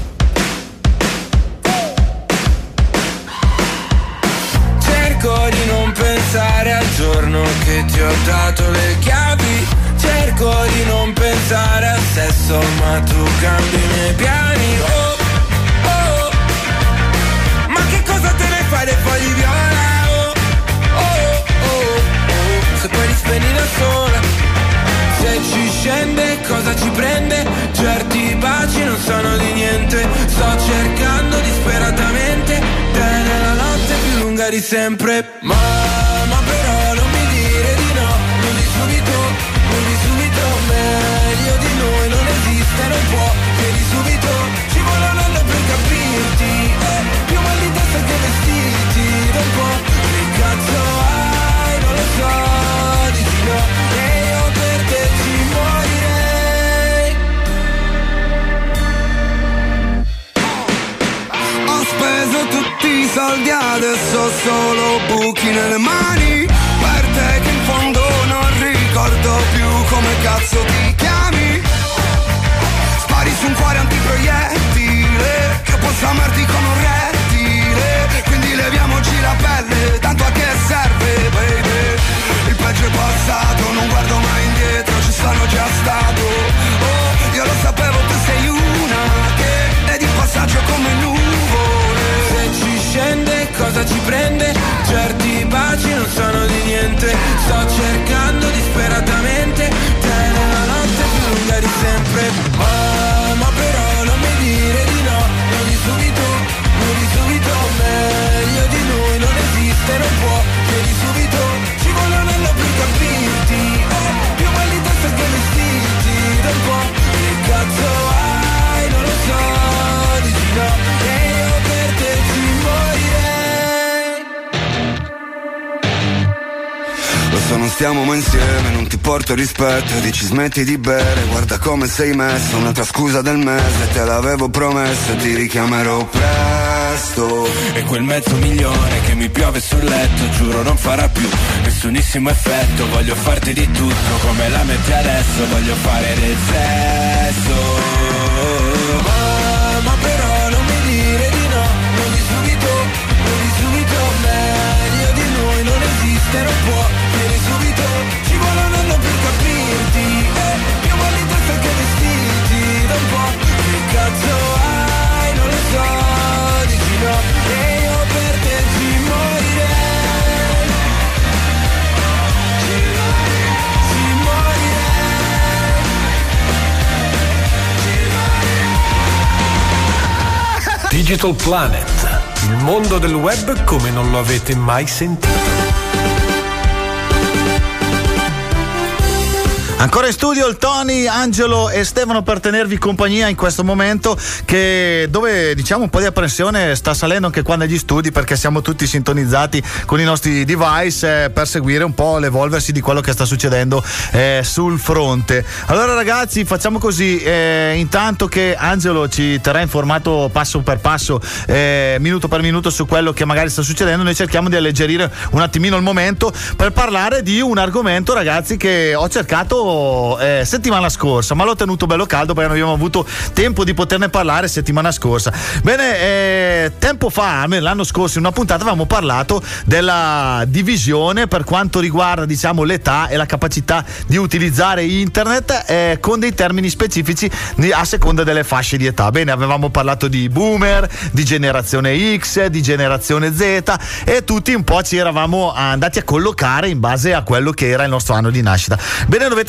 Cerco di non pensare al giorno che ti ho dato le chiavi. Cerco di non pensare al sesso, ma tu cambi i miei piani. Oh, oh, ma che cosa te ne fai dei fogli viola? Oh, oh, oh, oh, se poi li spegni da sola. Se ci scende cosa ci prende? Certi baci non sono di niente. Sto cercando disperatamente te nella notte più lunga di sempre. Ma, ma però non mi dire di no, non di subito, non di subito. Meglio di noi non esiste, non può. Vieni subito, ci vuole un anno per capirti. Eh, più mal di testa che vestiti da un po'. Che cazzo hai, non lo so, dici no. E io per te ci morirei. Ho speso tutti i soldi, adesso ho solo buchi nelle mani. Per te che in fondo non ricordo più come cazzo ti chiami. Spari su un cuore antiproiettile, che posso amarti come un rettile. Quindi leviamoci la pelle, tanto a che serve, baby. Il peggio è passato, non guardo mai indietro, ci sono già stato. Oh, io lo sapevo, tu sei una che è di passaggio come nuvole. Se ci scende cosa ci prende? Certi baci non sono di niente. Sto cercando disperatamente te nella notte più lunga di sempre. Ma, ma però non mi dire di no, non di subito, non di subito. Meglio di noi non esiste, non può. Vieni subito, ci vuole un anno per capirti. Eh, più mal di testa che vestiti da un po'. Che cazzo hai, non lo so, dici no. E io per te ci morirei. Lo so non stiamo mai insieme, non ti porto rispetto. Dici smetti di bere, guarda come sei messo. Un'altra scusa del mese, te l'avevo promesso. Ti richiamerò presto. E quel mezzo milione che mi piove sul letto, giuro non farà più nessunissimo effetto. Voglio farti di tutto come la metti adesso. Voglio fare del sesso. Ma, ma però non mi dire di no, non di subito, non di subito. Meglio di noi non esiste, non può. Vieni subito, ci vuole un anno per capirti. Eh, più mal di testa che vestiti da un po'. Che cazzo hai, non lo so, dici no. E io per te ci morirei. Ci morirei. Digital Planet, il mondo del web come non lo avete mai sentito. Ancora in studio il Tony, Angelo e Stefano per tenervi compagnia in questo momento che dove diciamo un po' di apprensione sta salendo anche qua negli studi, perché siamo tutti sintonizzati con i nostri device eh, per seguire un po' l'evolversi di quello che sta succedendo eh, sul fronte. Allora ragazzi, facciamo così, eh, intanto che Angelo ci terrà informato passo per passo, eh, minuto per minuto su quello che magari sta succedendo, noi cerchiamo di alleggerire un attimino il momento per parlare di un argomento, ragazzi, che ho cercato Eh, settimana scorsa, ma l'ho tenuto bello caldo perché non abbiamo avuto tempo di poterne parlare settimana scorsa. Bene, eh, tempo fa, l'anno scorso in una puntata avevamo parlato della divisione per quanto riguarda diciamo l'età e la capacità di utilizzare internet eh, con dei termini specifici a seconda delle fasce di età. Bene, avevamo parlato di boomer, di generazione X, di generazione Z e tutti un po' ci eravamo andati a collocare in base a quello che era il nostro anno di nascita. Bene, dovete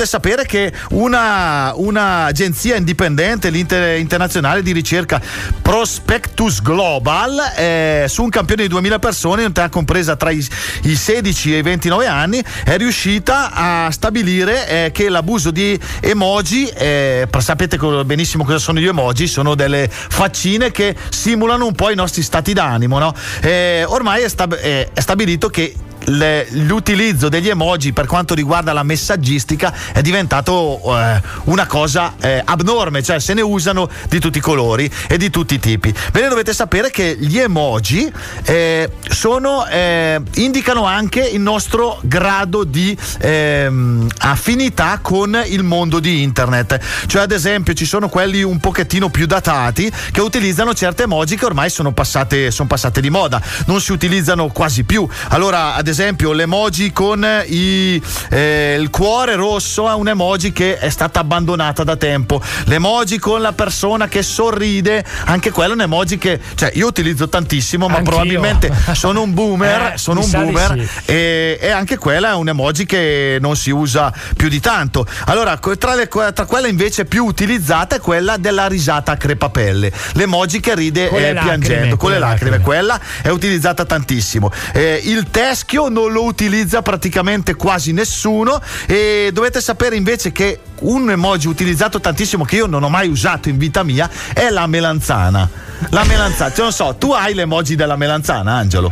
sapere che una, una agenzia indipendente, l'Inter, internazionale di ricerca Prospectus Global, eh, su un campione di duemila persone, un'età compresa tra i, i sedici e i ventinove anni, è riuscita a stabilire eh, che l'abuso di emoji, eh, sapete benissimo cosa sono gli emoji, sono delle faccine che simulano un po' i nostri stati d'animo, no? Eh, ormai è, stab- è, è stabilito che Le, l'utilizzo degli emoji per quanto riguarda la messaggistica è diventato eh, una cosa eh, abnorme, cioè se ne usano di tutti i colori e di tutti i tipi. Bene, dovete sapere che gli emoji eh, sono eh, indicano anche il nostro grado di eh, affinità con il mondo di internet, cioè ad esempio ci sono quelli un pochettino più datati che utilizzano certe emoji che ormai sono passate, sono passate di moda, non si utilizzano quasi più. Allora, ad esempio esempio l'emoji con i, eh, il cuore rosso è un emoji che è stata abbandonata da tempo. L'emoji con la persona che sorride, anche quello è un emoji che, cioè, io utilizzo tantissimo, ma Anch'io. probabilmente sono un boomer, eh, sono un boomer sì. e, e anche quella è un emoji che non si usa più di tanto. Allora, tra, le, tra quella invece più utilizzata è quella della risata a crepapelle, l'emoji che ride eh, lacrime, piangendo con, con le lacrime. lacrime, quella è utilizzata tantissimo. Eh, il teschio non lo utilizza praticamente quasi nessuno, e dovete sapere invece che un emoji utilizzato tantissimo che io non ho mai usato in vita mia è la melanzana. La melanzana, cioè, non so, tu hai l'emoji della melanzana, Angelo?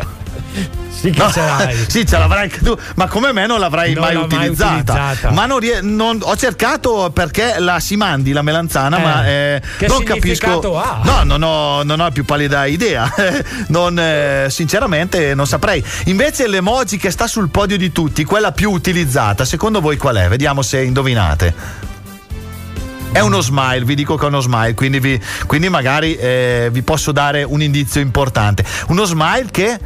Sì, che no, ce l'hai. Sì, ce l'avrai anche tu, ma come me non l'avrai non mai, utilizzata. mai utilizzata. Ma non, non ho cercato perché la si mandi la melanzana, eh, ma eh, che non capisco. Ha? No, non ho, non ho più pallida idea. non, eh, sinceramente non saprei. Invece l'emoji che sta sul podio di tutti, quella più utilizzata, secondo voi qual è? Vediamo se indovinate. È uno smile, vi dico che è uno smile, quindi, vi, quindi magari eh, vi posso dare un indizio importante. Uno smile che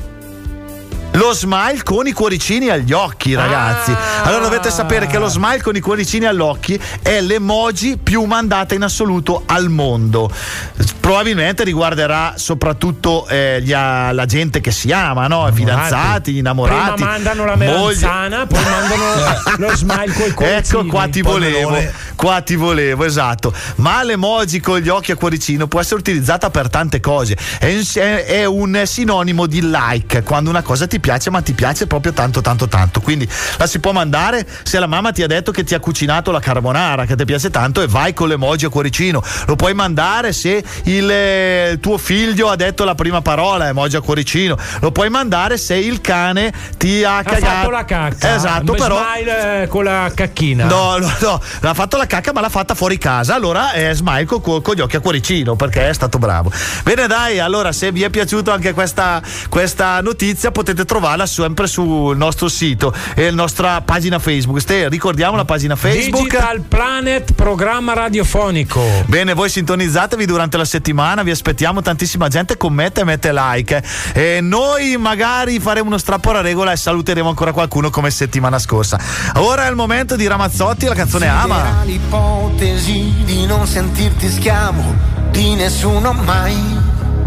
lo smile con i cuoricini agli occhi, ragazzi. Ah. Allora dovete sapere che lo smile con i cuoricini agli occhi è l'emoji più mandata in assoluto al mondo. Probabilmente riguarderà soprattutto eh, gli, la gente che si ama, no? Fidanzati, innamorati. Prima mandano la melanzana, moglie. Poi mandano lo smile con i cuoricini. Ecco, qua ti volevo, qua ti volevo, esatto. Ma l'emoji con gli occhi a cuoricino può essere utilizzata per tante cose. È un, è un sinonimo di like, quando una cosa ti piace, ma ti piace proprio tanto tanto tanto. Quindi la si può mandare se la mamma ti ha detto che ti ha cucinato la carbonara, che ti piace tanto, e vai con l'emoji a cuoricino. Lo puoi mandare se il eh, tuo figlio ha detto la prima parola, emoji a cuoricino. Lo puoi mandare se il cane ti ha, ha cagato. Ha fatto la cacca. Esatto, però smile con la cacchina. No, no, no, l'ha fatto la cacca, ma l'ha fatta fuori casa. Allora è smile con, con gli occhi a cuoricino, perché è stato bravo. Bene, dai, allora se vi è piaciuta anche questa, questa notizia, potete trovarla sempre sul nostro sito e la nostra pagina Facebook. Ste, ricordiamo la pagina Facebook Digital Planet, programma radiofonico. Bene, voi sintonizzatevi durante la settimana, vi aspettiamo, tantissima gente commenta e mette like, e noi magari faremo uno strappo alla regola e saluteremo ancora qualcuno come settimana scorsa. Ora è il momento di Ramazzotti, la canzone Ama. L'ipotesi di non sentirti schiavo di nessuno mai,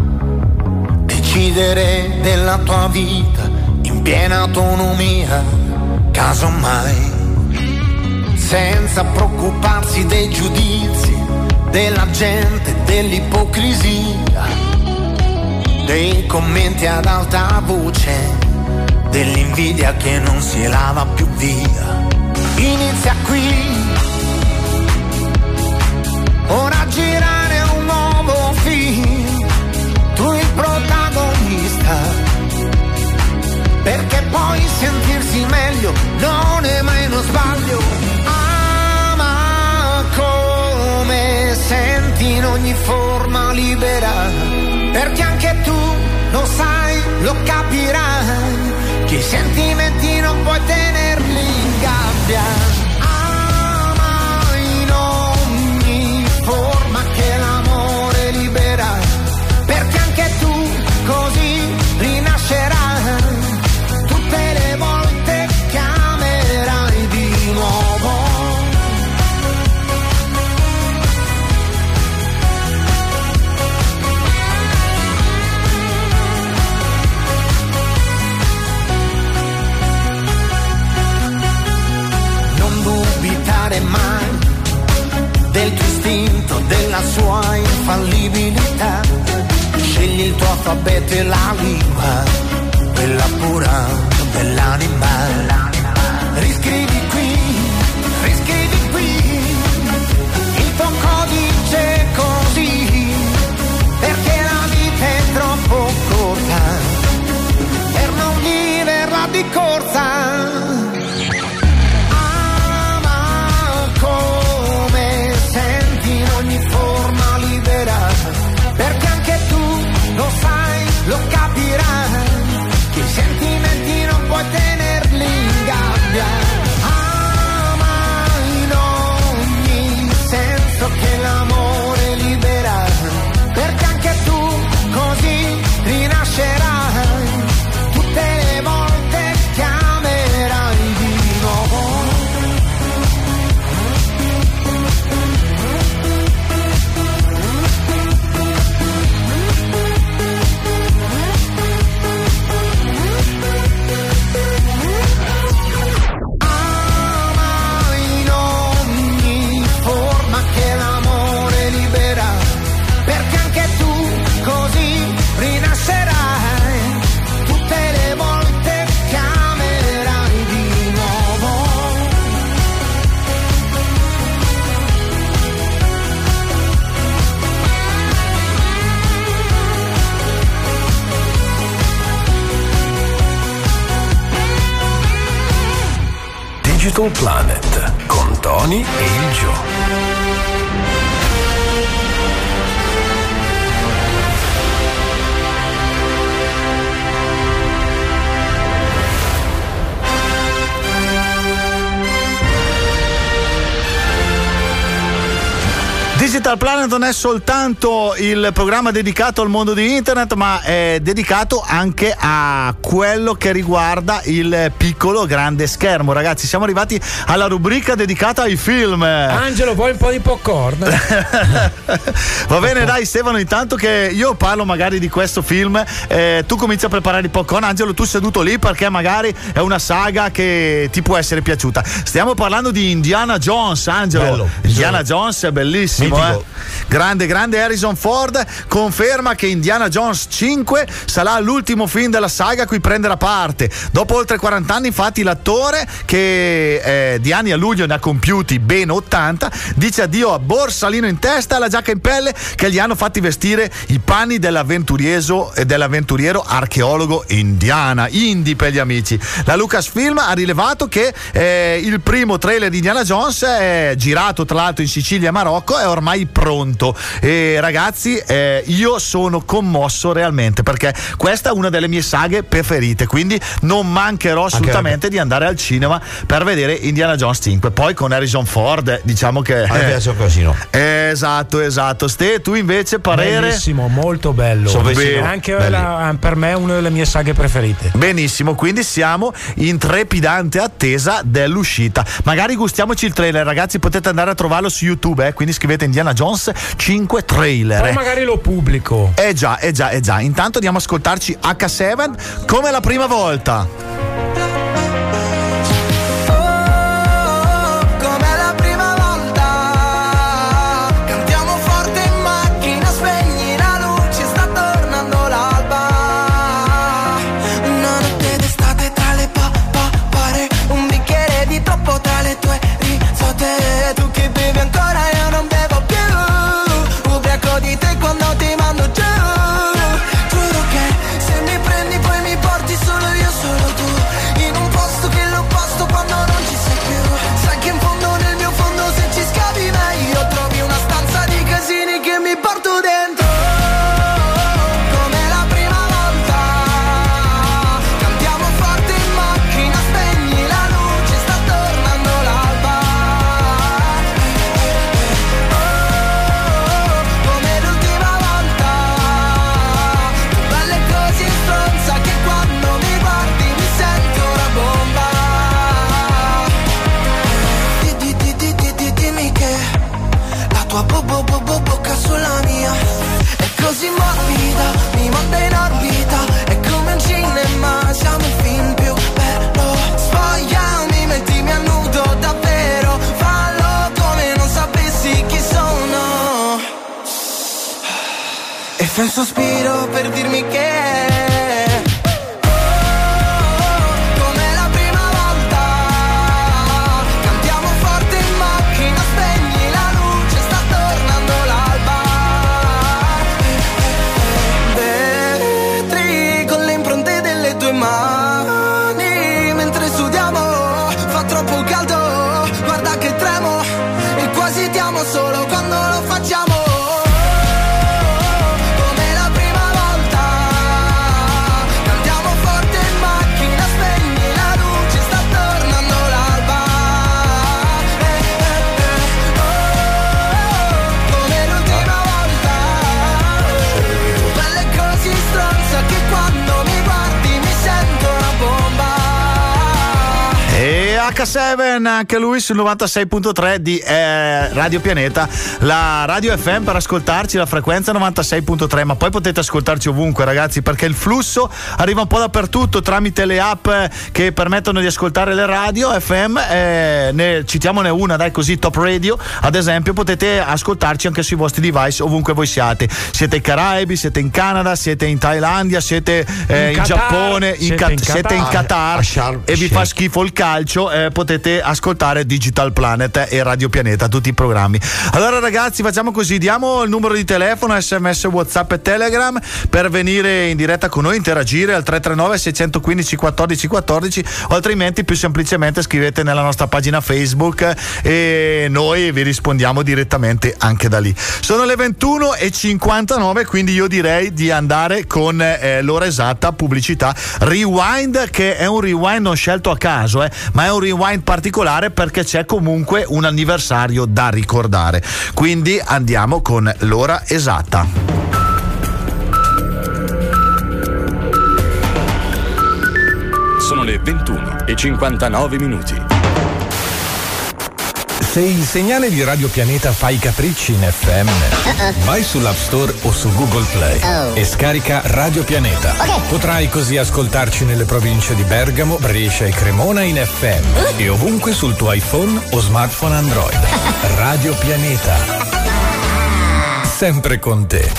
decidere della tua vita in piena autonomia, casomai, senza preoccuparsi dei giudizi della gente, dell'ipocrisia, dei commenti ad alta voce, dell'invidia che non si lava più via. Inizia qui, ora girare un nuovo film, tu il protagonista, perché poi sentirsi meglio non è mai uno sbaglio. Ama come senti in ogni forma libera, perché anche tu lo sai, lo capirai, che i sentimenti non puoi tenerli in gabbia. Ama in ogni forma che l'amore libera, perché anche tu così rinascerai, tutte le volte che amerai di nuovo. l'alfabeto e la lingua, quella pura dell'anima. Riscrivi qui, riscrivi qui, il tuo codice così, perché la vita è troppo corta per non viverla di corsa. Perché anche tu lo sai, lo capirai, che i sentimenti non puoi tenerli in gabbia. Ama in ogni senso che l'amore libera, perché anche tu così rinascerai, tutte le volte che amerai di nuovo. Digital Planet con Tony e il Gio. Digital Planet non è soltanto il programma dedicato al mondo di internet, ma è dedicato anche a quello che riguarda il piccolo grande schermo. Ragazzi, siamo arrivati alla rubrica dedicata ai film. Angelo, vuoi un po' di popcorn? Va bene, dai Stefano, intanto che io parlo magari di questo film, eh, tu cominci a preparare il popcorn. Angelo, tu seduto lì perché magari è una saga che ti può essere piaciuta. Stiamo parlando di Indiana Jones, Angelo. Bello, Indiana Jones è bellissimo. Eh? Grande, grande Harrison Ford conferma che Indiana Jones cinque sarà l'ultimo film della saga a cui prenderà parte. Dopo oltre quaranta anni, infatti, l'attore, che eh, di anni a luglio ne ha compiuti ben ottanta, dice addio a borsalino in testa e alla giacca in pelle che gli hanno fatti vestire i panni dell'avventuriero e dell'avventuriero archeologo Indiana, Indy per gli amici. La Lucasfilm ha rilevato che eh, il primo trailer di Indiana Jones è girato tra l'altro in Sicilia e Marocco, è ormai pronto e ragazzi eh, io sono commosso realmente perché questa è una delle mie saghe preferite, quindi non mancherò assolutamente di andare al cinema per vedere Indiana Jones cinque. Poi con Harrison Ford diciamo che a me piace un casino. Esatto, esatto. Ste, tu invece parere? Bellissimo, molto bello. So anche la, per me è una delle mie saghe preferite. Benissimo, quindi siamo in trepidante attesa dell'uscita. Magari gustiamoci il trailer, ragazzi, potete andare a trovarlo su YouTube, eh? Quindi scrivete Indiana Jones cinque trailer. Poi magari lo pubblico. Eh già, eh già, eh già. Intanto andiamo ad ascoltarci acca sette come la prima volta. fai un sospiro per dirmi che mani mentre studiamo, fa troppo caldo, guarda che tremo e quasi ti amo solo quando lo facciamo. Come la prima volta, cantiamo forte in macchina, spegni la luce, sta tornando l'alba. Eh, eh, eh, oh, come l'ultima volta, quelle così stronza che quando mi guardi sento una bomba. E acca sette anche lui sul novantasei virgola tre di eh, Radio Pianeta, la radio F M per ascoltarci, la frequenza novantasei virgola tre, ma poi potete ascoltarci ovunque, ragazzi, perché il flusso arriva un po' dappertutto tramite le app che permettono di ascoltare le radio F M. Eh, ne citiamone una, dai, così, Top Radio ad esempio. Potete ascoltarci anche sui vostri device ovunque voi siate. Siete ai Caraibi, siete in Canada, siete in Thailandia, siete eh, in, in Giappone, in siete, Cat- in siete in Qatar e vi fa schifo il calcio, eh, potete ascoltare Digital Planet e Radio Pianeta, tutti i programmi. Allora ragazzi, facciamo così, diamo il numero di telefono, sms, whatsapp e telegram per venire in diretta con noi, interagire al tre tre nove sei uno cinque uno quattro uno quattro, o altrimenti più semplicemente scrivete nella nostra pagina Facebook e noi vi rispondiamo direttamente anche da lì. Sono le ventuno e cinquantanove, quindi io direi di andare con eh, l'ora esatta, pubblicità, rewind, che è un rewind non scelto a caso, eh, ma è un rewind particolare perché c'è comunque un anniversario da ricordare. Quindi andiamo con l'ora esatta. Sono le ventuno e cinquantanove minuti. Se il segnale di Radio Pianeta fa i capricci in F M, uh-uh. vai sull'App Store o su Google Play oh. e scarica Radio Pianeta. Okay. Potrai così ascoltarci nelle province di Bergamo, Brescia e Cremona in F M uh. e ovunque sul tuo iPhone o smartphone Android. Radio Pianeta. Sempre con te.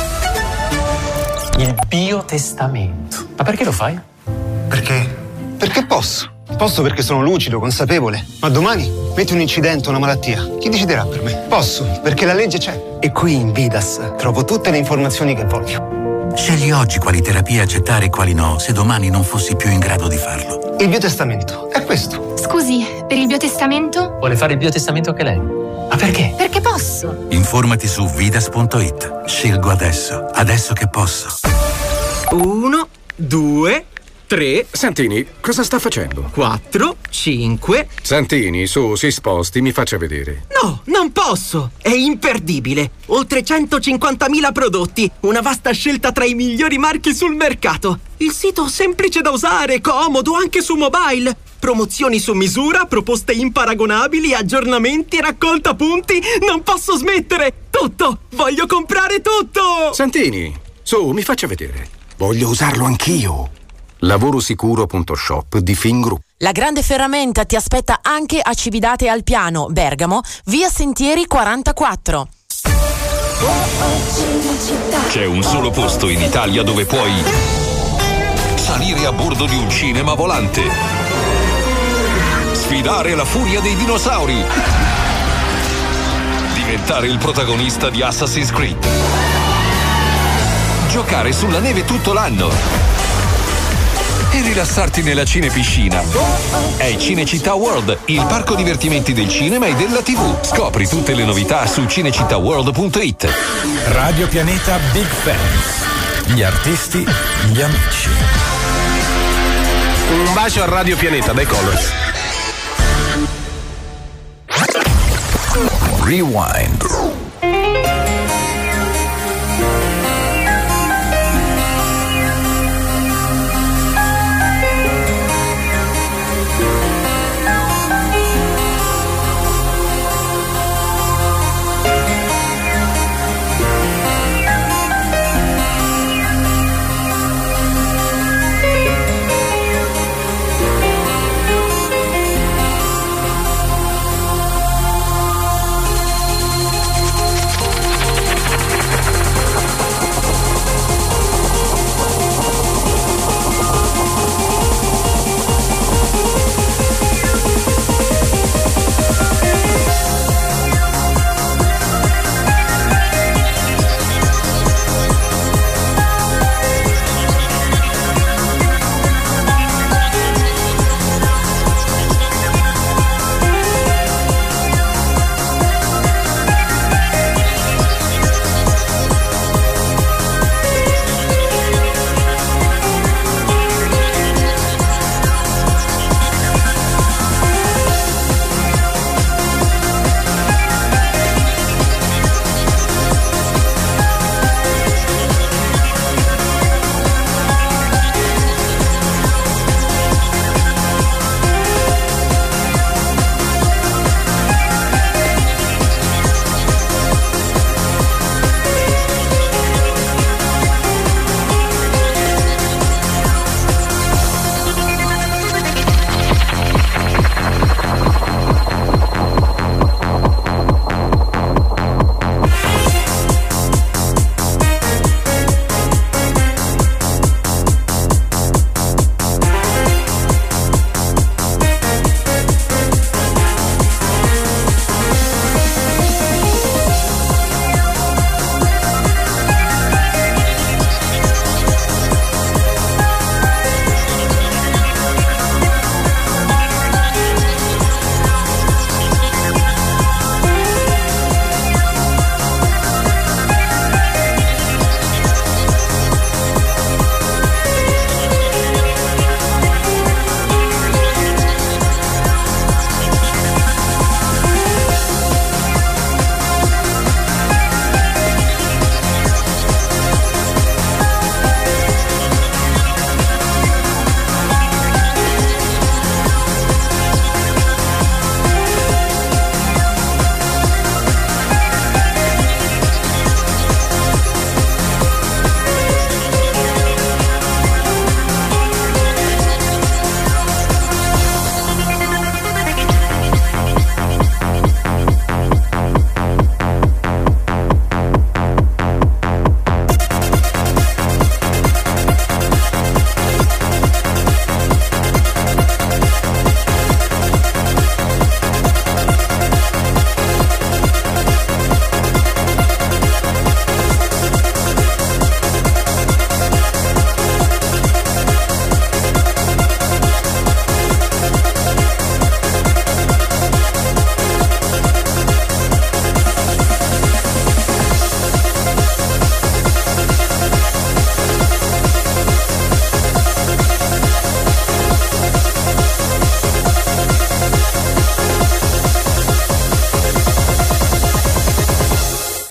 Il biotestamento. Ma perché lo fai? Perché? Perché posso. Posso perché sono lucido, consapevole. Ma domani metti un incidente o una malattia. Chi deciderà per me? Posso, perché la legge c'è. E qui in Vidas trovo tutte le informazioni che voglio. Scegli oggi quali terapie accettare e quali no, se domani non fossi più in grado di farlo. Il biotestamento è questo. Scusi, per il biotestamento? Vuole fare il biotestamento anche lei? Ma perché? Perché posso. Informati su vidas punto it. Scelgo adesso, adesso che posso. Uno, due... tre. Santini, cosa sta facendo? quattro, cinque. Santini, su, si sposti, mi faccia vedere. No, non posso! È imperdibile! Oltre centocinquantamila prodotti, una vasta scelta tra i migliori marchi sul mercato. Il sito semplice da usare, comodo anche su mobile. Promozioni su misura, proposte imparagonabili, aggiornamenti, raccolta punti. Non posso smettere! Tutto! Voglio comprare tutto! Santini, su, mi faccia vedere. Voglio usarlo anch'io. Lavorosicuro punto shop di Fingroup. La grande ferramenta ti aspetta anche a Cividate al Piano, Bergamo, via Sentieri quarantaquattro. C'è un solo posto in Italia dove puoi salire a bordo di un cinema volante, sfidare la furia dei dinosauri, diventare il protagonista di Assassin's Creed, giocare sulla neve tutto l'anno e rilassarti nella cinepiscina. È Cinecittà World, il parco divertimenti del cinema e della tivù. Scopri tutte le novità su cinecittà world punto it. Radio Pianeta Big Fans. Gli artisti, gli amici. Un bacio a Radio Pianeta dai Colors. Rewind.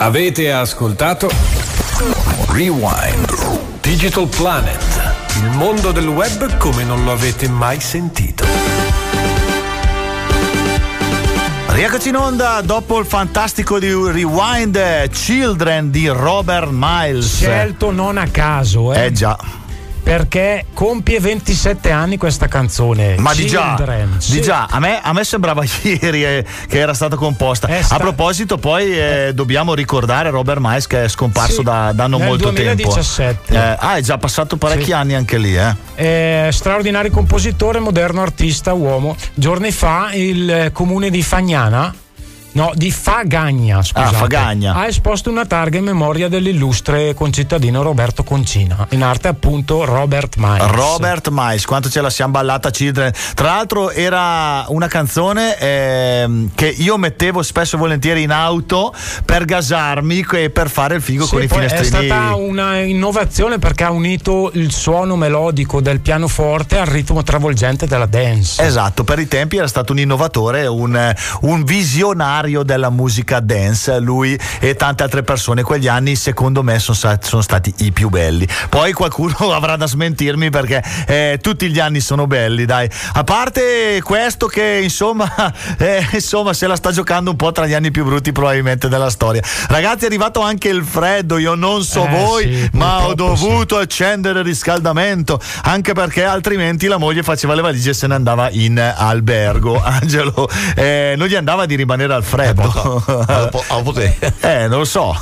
Avete ascoltato Rewind Digital Planet, il mondo del web come non lo avete mai sentito. Rieccoci in onda dopo il fantastico di Rewind Children di Robert Miles. Scelto non a caso, eh. Eh già. Perché compie ventisette anni questa canzone. Ma di già, sì. di già. A me, a me sembrava ieri eh, che era stata composta. Sta... A proposito, poi eh, dobbiamo ricordare Robert Miles che è scomparso sì, da, da non nel molto duemiladiciassette. tempo. Eh, ah, è già passato parecchi sì. anni anche lì. Eh. Eh, straordinario compositore, moderno artista, uomo. Giorni fa il comune di Fagnana. No, di Fagagna, scusate. Ah, Fagagna. Ha esposto una targa in memoria dell'illustre concittadino Roberto Concina, in arte appunto Robert Miles. Robert Miles, quanto ce la siamo ballata Children. Tra l'altro era una canzone eh, che io mettevo spesso e volentieri in auto per gasarmi e per fare il figo sì, con i finestrini. È stata una innovazione perché ha unito il suono melodico del pianoforte al ritmo travolgente della dance. Esatto, per i tempi era stato un innovatore, un, un visionario della musica dance, lui e tante altre persone. Quegli anni secondo me sono, stati, sono stati i più belli. Poi qualcuno avrà da smentirmi perché eh, tutti gli anni sono belli, dai, a parte questo che insomma eh, insomma se la sta giocando un po' tra gli anni più brutti probabilmente della storia. Ragazzi, è arrivato anche il freddo, io non so eh, voi sì, ma ho dovuto sì. accendere il riscaldamento, anche perché altrimenti la moglie faceva le valigie e se ne andava in albergo. Angelo eh, non gli andava di rimanere al freddo. Eh, non lo so.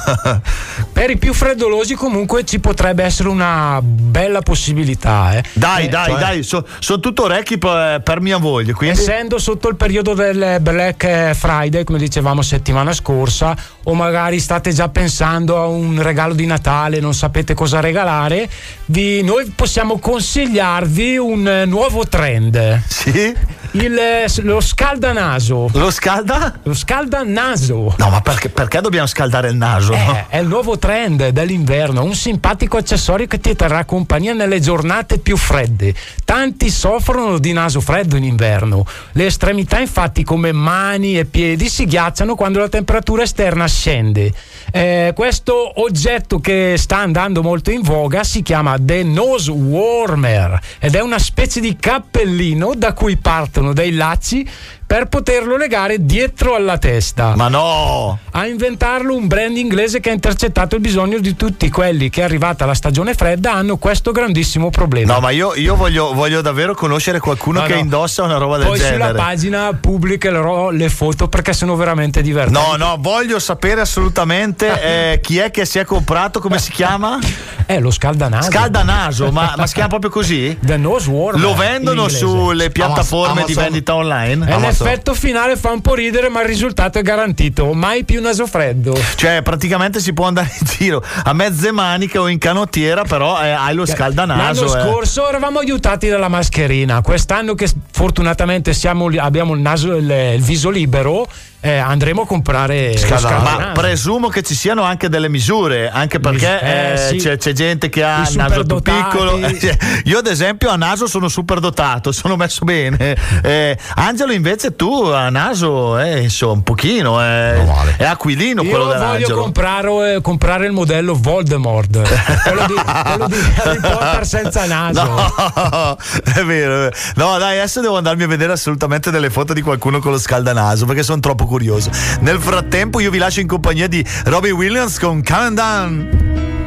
Per i più freddolosi comunque ci potrebbe essere una bella possibilità. Eh. Dai, eh, dai, cioè, dai, sono so tutto orecchi per, per mia moglie. Quindi... Essendo sotto il periodo del Black Friday, come dicevamo settimana scorsa, o magari state già pensando a un regalo di Natale, non sapete cosa regalare, vi, noi possiamo consigliarvi un nuovo trend. Sì? Il, lo scaldanaso. Lo scalda? Lo scaldanaso. No, ma perché, perché dobbiamo scaldare il naso? Eh, no? È il nuovo trend dell'inverno, un simpatico accessorio che ti terrà compagnia nelle giornate più fredde. Tanti soffrono di naso freddo in inverno. Le estremità infatti come mani e piedi si ghiacciano quando la temperatura esterna scende. Eh, questo oggetto che sta andando molto in voga si chiama The Nose Warmer ed è una specie di cappellino da cui partono dei lacci per poterlo legare dietro alla testa. Ma no! A inventarlo un brand inglese che ha intercettato il bisogno di tutti quelli che, arrivata la stagione fredda, hanno questo grandissimo problema. No, ma io, io voglio, voglio davvero conoscere qualcuno no, che no. indossa una roba del Poi genere. Poi sulla pagina pubblicherò le foto perché sono veramente divertenti. No, no, voglio sapere assolutamente eh, chi è che si è comprato, come si chiama? Eh, lo scaldanaso. Scaldanaso, ma, ma si chiama proprio così? The Nose Warmer. Lo vendono sulle piattaforme Amazon. di vendita online? È l'effetto finale fa un po' ridere, ma il risultato è garantito. Mai più naso freddo. Cioè, praticamente si può andare in giro a mezze maniche o in canottiera, però eh, hai lo scaldanaso. L'anno eh. scorso eravamo aiutati dalla mascherina. Quest'anno che fortunatamente siamo, abbiamo il naso, il, il viso libero, eh, andremo a comprare scaldanaso. Ma presumo che ci siano anche delle misure, anche perché eh, eh, sì. c'è, c'è gente che ha il naso più piccolo. Io ad esempio a naso sono super dotato, sono messo bene. Eh, Angelo invece tu a naso eh, insomma un pochino eh, è aquilino. Io quello voglio dell'Angelo. comprare, eh, comprare il modello Voldemort, quello di, quello di Harry Potter senza naso. No, è vero, è vero. No, dai, adesso devo andarmi a vedere assolutamente delle foto di qualcuno con lo scaldanaso perché sono troppo curioso. Nel frattempo io vi lascio in compagnia di Robbie Williams con Calm Down.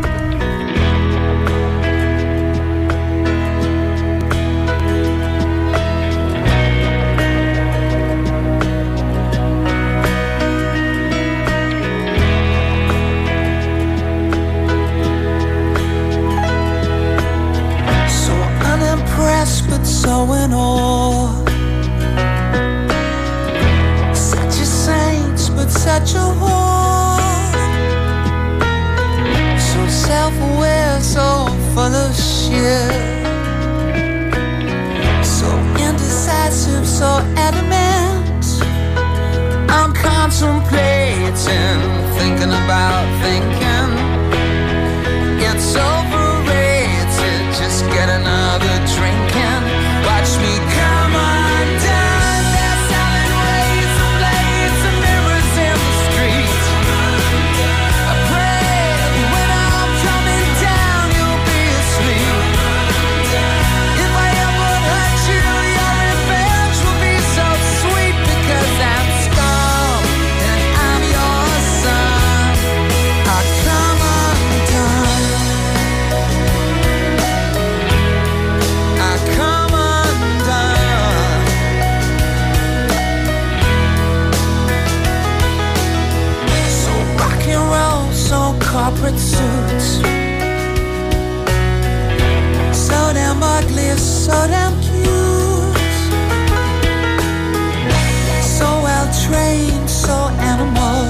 So in awe, such a saint, but such a whore. So self-aware, so full of shit. So indecisive, so adamant. I'm contemplating, thinking about thinking. It's overrated, just get another drink and watch me come undone. There's silent ways of blades and mirrors in the street. secret suits. So damn ugly, so damn cute. So well trained, so animal.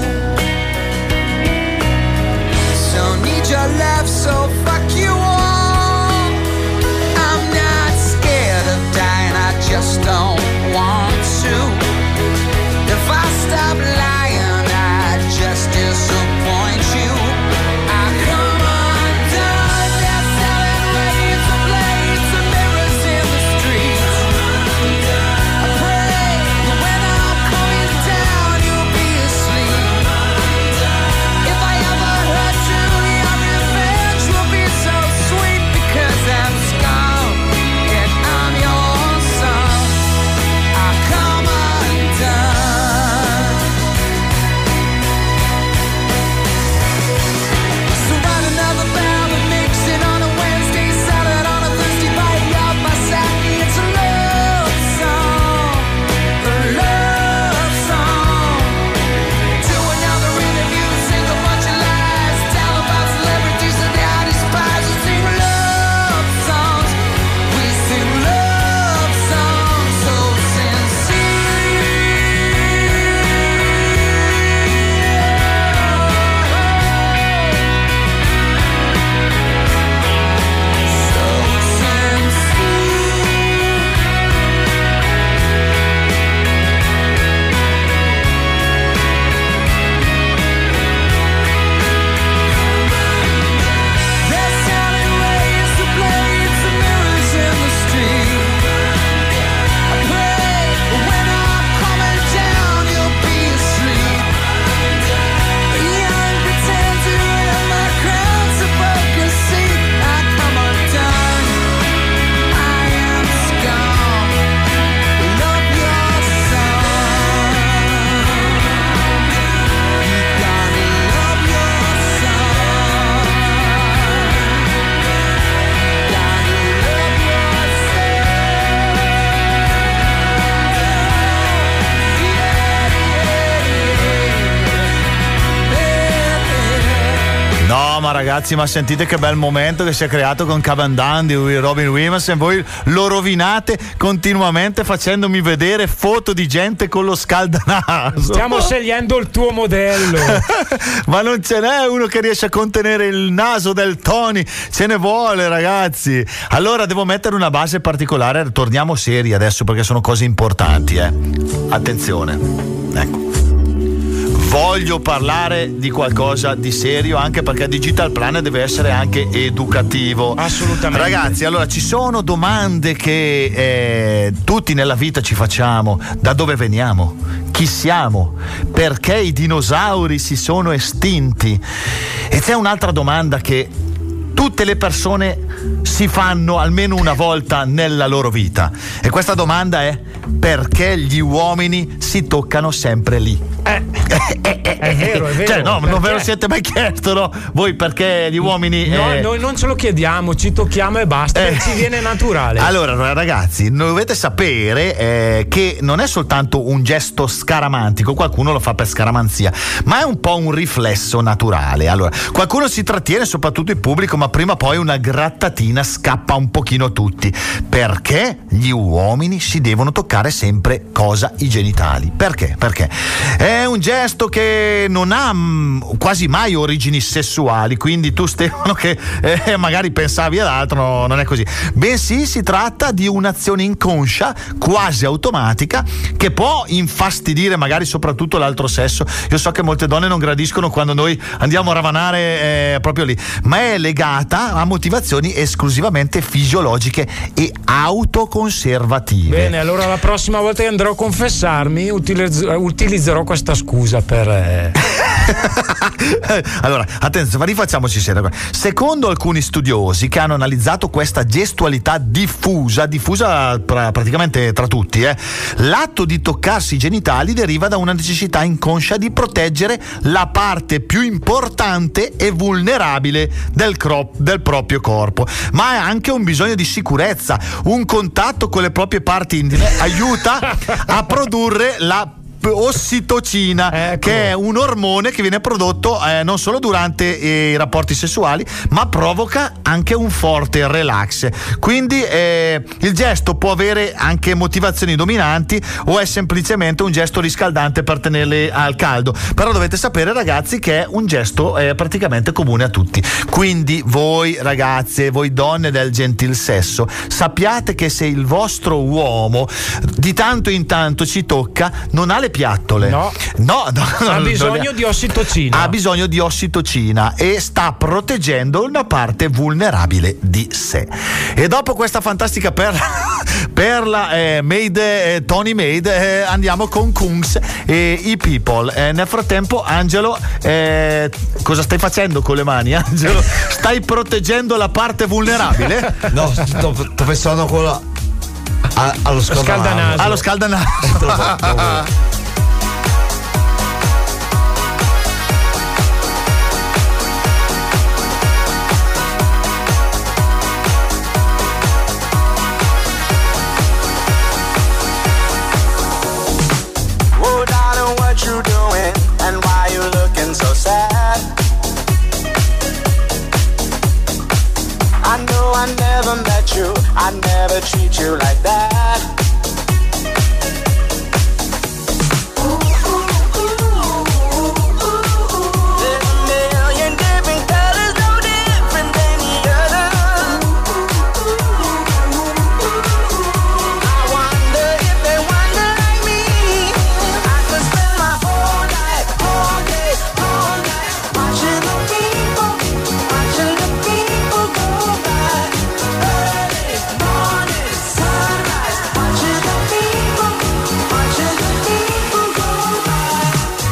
So need your love, so fuck you all. I'm not scared of dying, I just don't want to. If I stop lying, I just disappoint you. I come undone, they're selling razor blades and mirrors in the streets. I pray that when I'm coming down, you'll be asleep. If I ever hurt you, your revenge will be so sweet, because I'm scum and I'm your son. I come undone. Ma ragazzi, ma sentite che bel momento che si è creato con Cab and Dan di Robin Williams, e voi lo rovinate continuamente facendomi vedere foto di gente con lo scaldanaso. Stiamo scegliendo il tuo modello. Ma non ce n'è uno che riesce a contenere il naso del Tony, ce ne vuole, ragazzi. Allora devo mettere una base particolare, torniamo seri adesso perché sono cose importanti, eh. Attenzione, ecco. Voglio parlare di qualcosa di serio, anche perché Digital Plan deve essere anche educativo. Assolutamente. Ragazzi, allora ci sono domande che eh, tutti nella vita ci facciamo. Da dove veniamo? Chi siamo? Perché i dinosauri si sono estinti? E c'è un'altra domanda che tutte le persone si fanno almeno una volta nella loro vita, e questa domanda è: perché gli uomini si toccano sempre lì? Eh, è vero, è vero. Cioè, no, perché? non ve lo siete mai chiesto, no? Voi perché gli uomini. No, eh... noi non ce lo chiediamo, ci tocchiamo e basta, eh. Ci viene naturale. Allora, ragazzi, dovete sapere eh, che non è soltanto un gesto scaramantico, qualcuno lo fa per scaramanzia, ma è un po' un riflesso naturale. Allora, qualcuno si trattiene, soprattutto il pubblico, ma prima o poi una grattatina scappa un pochino a tutti. Perché gli uomini si devono toccare sempre cosa? I genitali. Perché? Perché è un gesto che non ha mh, quasi mai origini sessuali, quindi tu, Stefano, che eh, magari pensavi ad altro, no, non è così. Bensì si tratta di un'azione inconscia, quasi automatica, che può infastidire magari soprattutto l'altro sesso. Io so che molte donne non gradiscono quando noi andiamo a ravanare eh, proprio lì, ma è legata a motivazioni esclusivamente fisiologiche e autoconservative. Bene, allora la prossima volta che andrò a confessarmi utilizz- utilizzerò questa scusa per eh... Allora, attenzione, rifacciamoci serio. Secondo alcuni studiosi che hanno analizzato questa gestualità diffusa, diffusa pra- praticamente tra tutti, eh, l'atto di toccarsi i genitali deriva da una necessità inconscia di proteggere la parte più importante e vulnerabile del, cro- del proprio corpo, ma è anche un bisogno di sicurezza. Un contatto con le proprie parti intime aiuta a produrre la ossitocina, ecco, che è un ormone che viene prodotto eh, non solo durante eh, i rapporti sessuali, ma provoca anche un forte relax. Quindi eh, il gesto può avere anche motivazioni dominanti o è semplicemente un gesto riscaldante per tenerli al caldo, però dovete sapere, ragazzi, che è un gesto eh, praticamente comune a tutti. Quindi voi ragazze, voi donne del gentil sesso, sappiate che se il vostro uomo di tanto in tanto ci tocca, non ha le piattole, no, no, no, ha no, bisogno di ossitocina, ha bisogno di ossitocina e sta proteggendo una parte vulnerabile di sé. E dopo questa fantastica perla perla eh, made eh, Tony Made, eh, andiamo con Kungs e i People. Eh, nel frattempo, Angelo, eh, cosa stai facendo con le mani, Angelo? Stai proteggendo la parte vulnerabile? No, sto, sto pensando con la, a, allo scaldanaso. Allo scaldanaso. You doing and why you looking so sad? I know I never met you, I never treat you like that. There's a million different colors, no different than the other. I wonder if they wonder like me. I could spend my whole life, all day, all night, watching the people, watching the people go by. Early morning, sunrise, watching the people, watching the people go by.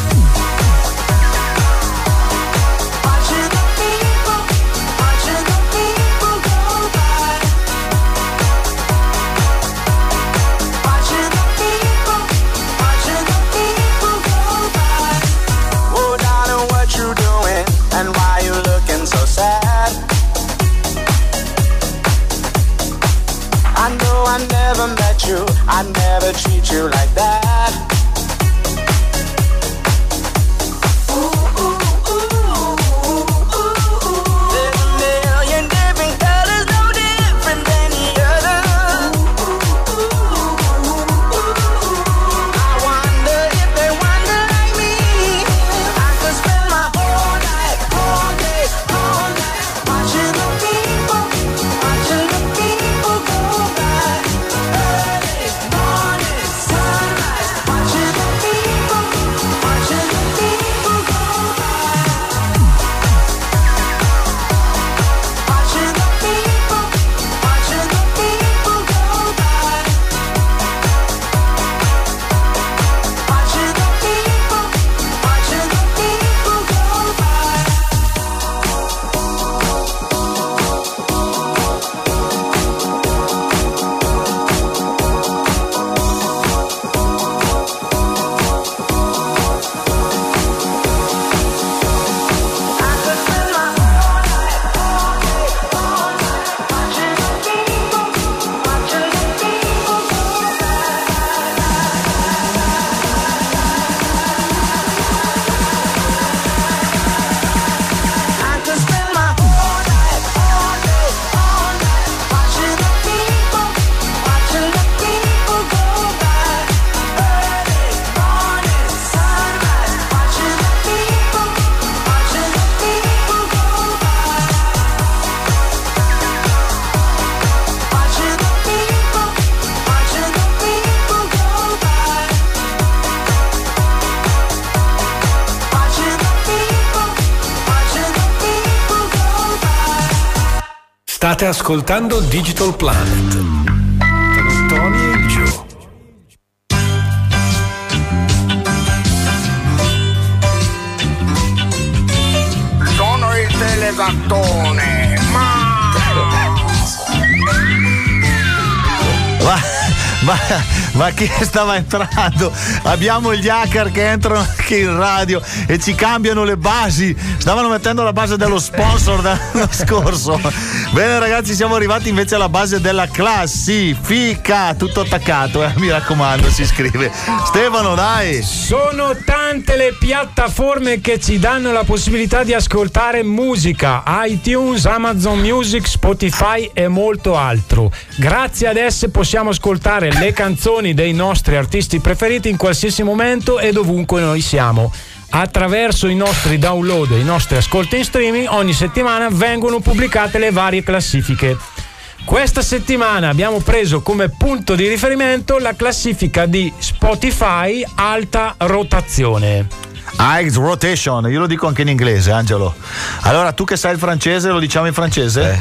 Watching the people, watching the people go by. Watching the people, watching the people go by. Oh, darling, what you doing and why you looking so sad? I know I never met you, I never treat you like that. There's a million different colors, no different than the other. I wonder if they wonder like me. I could spend my whole life, all day, all night, watching the people, watching the people go by. Early morning, sunrise, watching the people, watching the people go by. Watching the people, watching the people go by. Watching the people, watching the people go by. I could spend my whole life, all day, all night, watching the people, watching the people go by. I could spend my whole life, all day, all night, watching the people, watching the people go by. Early morning, sunrise, watching the people, watching the people go by. Watching the people, watching the people go by. Watching the people, watching the people go by. State ascoltando Digital Planet. Con Tony e Gio. Sono il telegattone, ma Va, ma, ma chi stava entrando? Abbiamo gli hacker che entrano anche in radio e ci cambiano le basi. Stavano mettendo la base dello sponsor dell'anno scorso. Bene ragazzi, siamo arrivati invece alla base della classifica. Tutto attaccato, eh? Mi raccomando, si scrive. Stefano, dai. Sono tante le piattaforme che ci danno la possibilità di ascoltare musica: iTunes, Amazon Music, Spotify e molto altro. Grazie ad esse possiamo ascoltare le canzoni dei nostri artisti preferiti in qualsiasi momento e dovunque noi siamo. Attraverso i nostri download e i nostri ascolti in streaming ogni settimana vengono pubblicate le varie classifiche. Questa settimana abbiamo preso come punto di riferimento la classifica di Spotify alta rotazione. High rotation, io lo dico anche in inglese, Angelo. Allora tu che sai il francese lo diciamo in francese?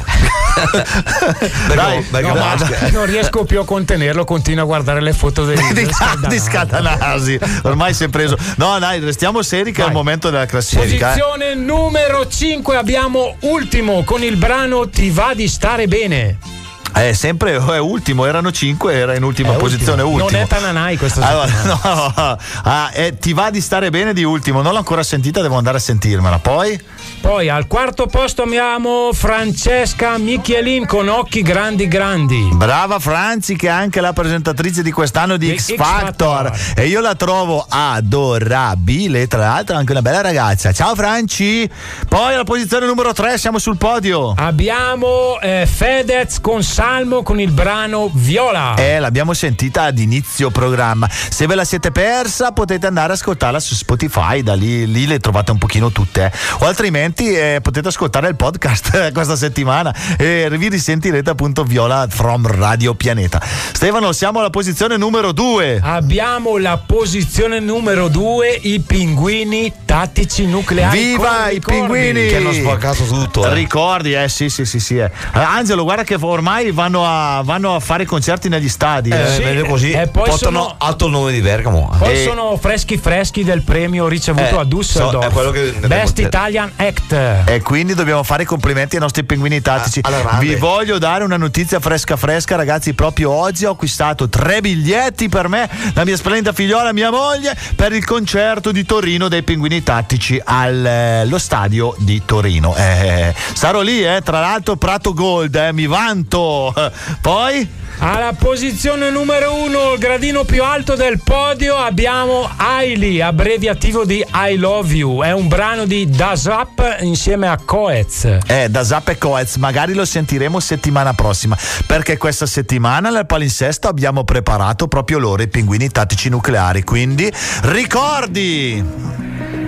Eh. Dai, no, ma non riesco più a contenerlo, continua a guardare le foto dei, di, di Scatanasi. Ormai si è preso. No, dai, restiamo seri che dai. È il momento della classifica. Posizione eh. numero cinque abbiamo Ultimo con il brano Ti va di stare bene. Eh, sempre è ultimo, erano cinque, era in ultima è posizione ultimo. ultimo. Non è Tananai questa allora, no, ah, eh, Ti va di stare bene di Ultimo, non l'ho ancora sentita, devo andare a sentirmela. Poi? Poi al quarto posto abbiamo Francesca Michelin con Occhi grandi grandi. Brava Franci, che è anche la presentatrice di quest'anno di, di X Factor. X Factor e io la trovo adorabile, tra l'altro anche una bella ragazza. Ciao Franci. Poi alla posizione numero tre siamo sul podio. Abbiamo eh, Fedez con Salmo con il brano Viola. Eh, l'abbiamo sentita ad inizio programma. Se ve la siete persa potete andare ad ascoltarla su Spotify, da lì, lì le trovate un pochino tutte. Eh. O altrimenti eh, potete ascoltare il podcast eh, questa settimana e vi risentirete appunto Viola from Radio Pianeta. Stefano, siamo alla posizione numero due. Abbiamo la posizione numero due, i pinguini tattici nucleari. Viva i pinguini che hanno spaccato tutto. Eh. Ricordi, eh sì sì sì sì. Eh. Angelo, guarda che ormai vanno a, vanno a fare concerti negli stadi. Eh, sì. Meglio così. E poi portano sono, alto il nome di Bergamo. Poi e, sono freschi freschi del premio ricevuto eh, a Düsseldorf. So, è quello che Best Italian Act. E quindi dobbiamo fare complimenti ai nostri pinguini tattici. Ah, vi voglio dare una notizia fresca fresca, ragazzi. Proprio oggi ho acquistato tre biglietti per me, la mia splendida figliola, mia moglie, per il concerto di Torino dei pinguini tattici allo stadio di Torino. Eh, sarò lì, eh, tra l'altro Prato Gold, eh, mi vanto. Poi alla posizione numero uno, il gradino più alto del podio, abbiamo Hailey, abbreviativo di I Love You. È un brano di Das Up insieme a Coez. Eh, Das Up e Coez, magari lo sentiremo settimana prossima, perché questa settimana nel palinsesto abbiamo preparato proprio loro, i pinguini tattici nucleari. Quindi ricordi!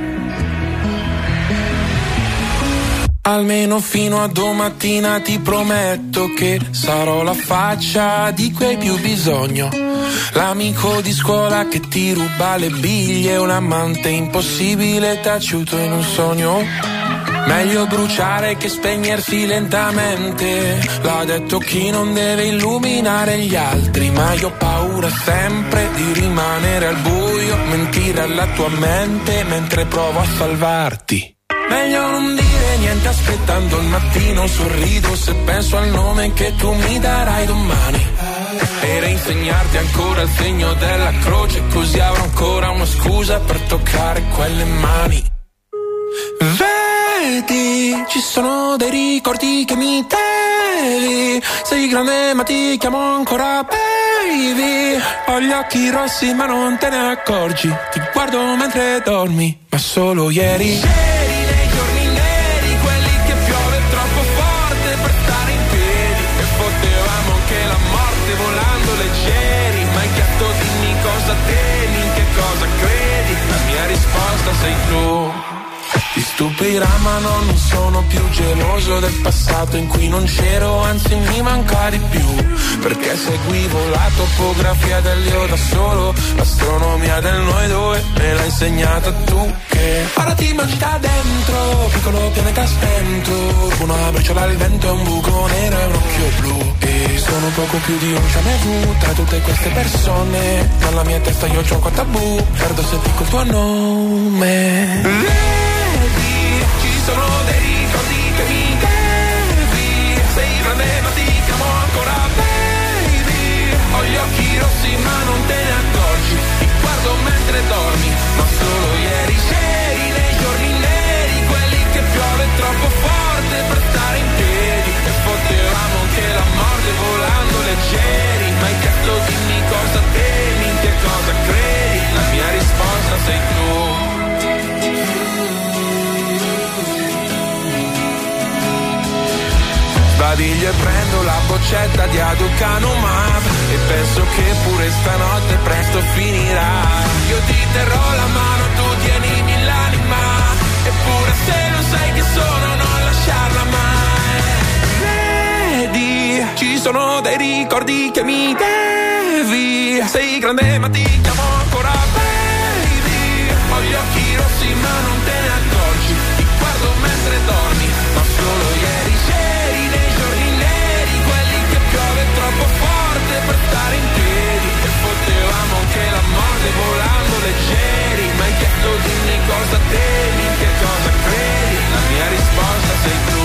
Almeno fino a domattina ti prometto che sarò la faccia di cui hai più bisogno. L'amico di scuola che ti ruba le biglie, un amante impossibile taciuto in un sogno. Meglio bruciare che spegnersi lentamente, l'ha detto chi non deve illuminare gli altri. Ma io ho paura sempre di rimanere al buio, mentire alla tua mente mentre provo a salvarti. Meglio non dire niente aspettando il mattino, sorrido se penso al nome che tu mi darai domani. E reinsegnarti ancora il segno della croce, così avrò ancora una scusa per toccare quelle mani. Vedi, ci sono dei ricordi che mi devi. Sei grande ma ti chiamo ancora baby. Ho gli occhi rossi ma non te ne accorgi. Ti guardo mentre dormi, ma solo ieri. Volando leggeri, ma hai chiesto dimmi cosa temi, in che cosa credi, la mia risposta sei tu. Ti stupirà ma no, non sono più geloso del passato in cui non c'ero, anzi mi manca di più, perché seguivo la topografia dell'io da solo, l'astronomia del noi due me l'hai insegnata tu, che ora ti mangi da dentro, piccolo pianeta spento, una briciola al vento e un buco nero e un occhio blu, e sono poco più di un jamais vu tra tutte queste persone, nella mia testa io c'ho quattro tabù, perdo se dico il tuo nome. Ci sono dei ricordi che mi devi, sei grande ma ti chiamo ancora baby, ho gli occhi rossi sbadiglio e prendo la boccetta di aducanumab e penso che pure stanotte presto finirà. Io ti terrò la mano, tu tienimi l'anima, eppure se non sai che sono non lasciarla mai. Vedi, ci sono dei ricordi che mi devi, sei grande ma ti chiamo ancora baby. Ho gli occhi rossi ma non te ne accorgi, ti guardo mentre dormi, ma solo ieri c'eri nei giorni neri, quelli che piove troppo forte per stare in piedi, e potevamo anche la morte volando leggeri. Ma hai chiesto dimmi cosa temi, in che cosa credi, la mia risposta sei tu.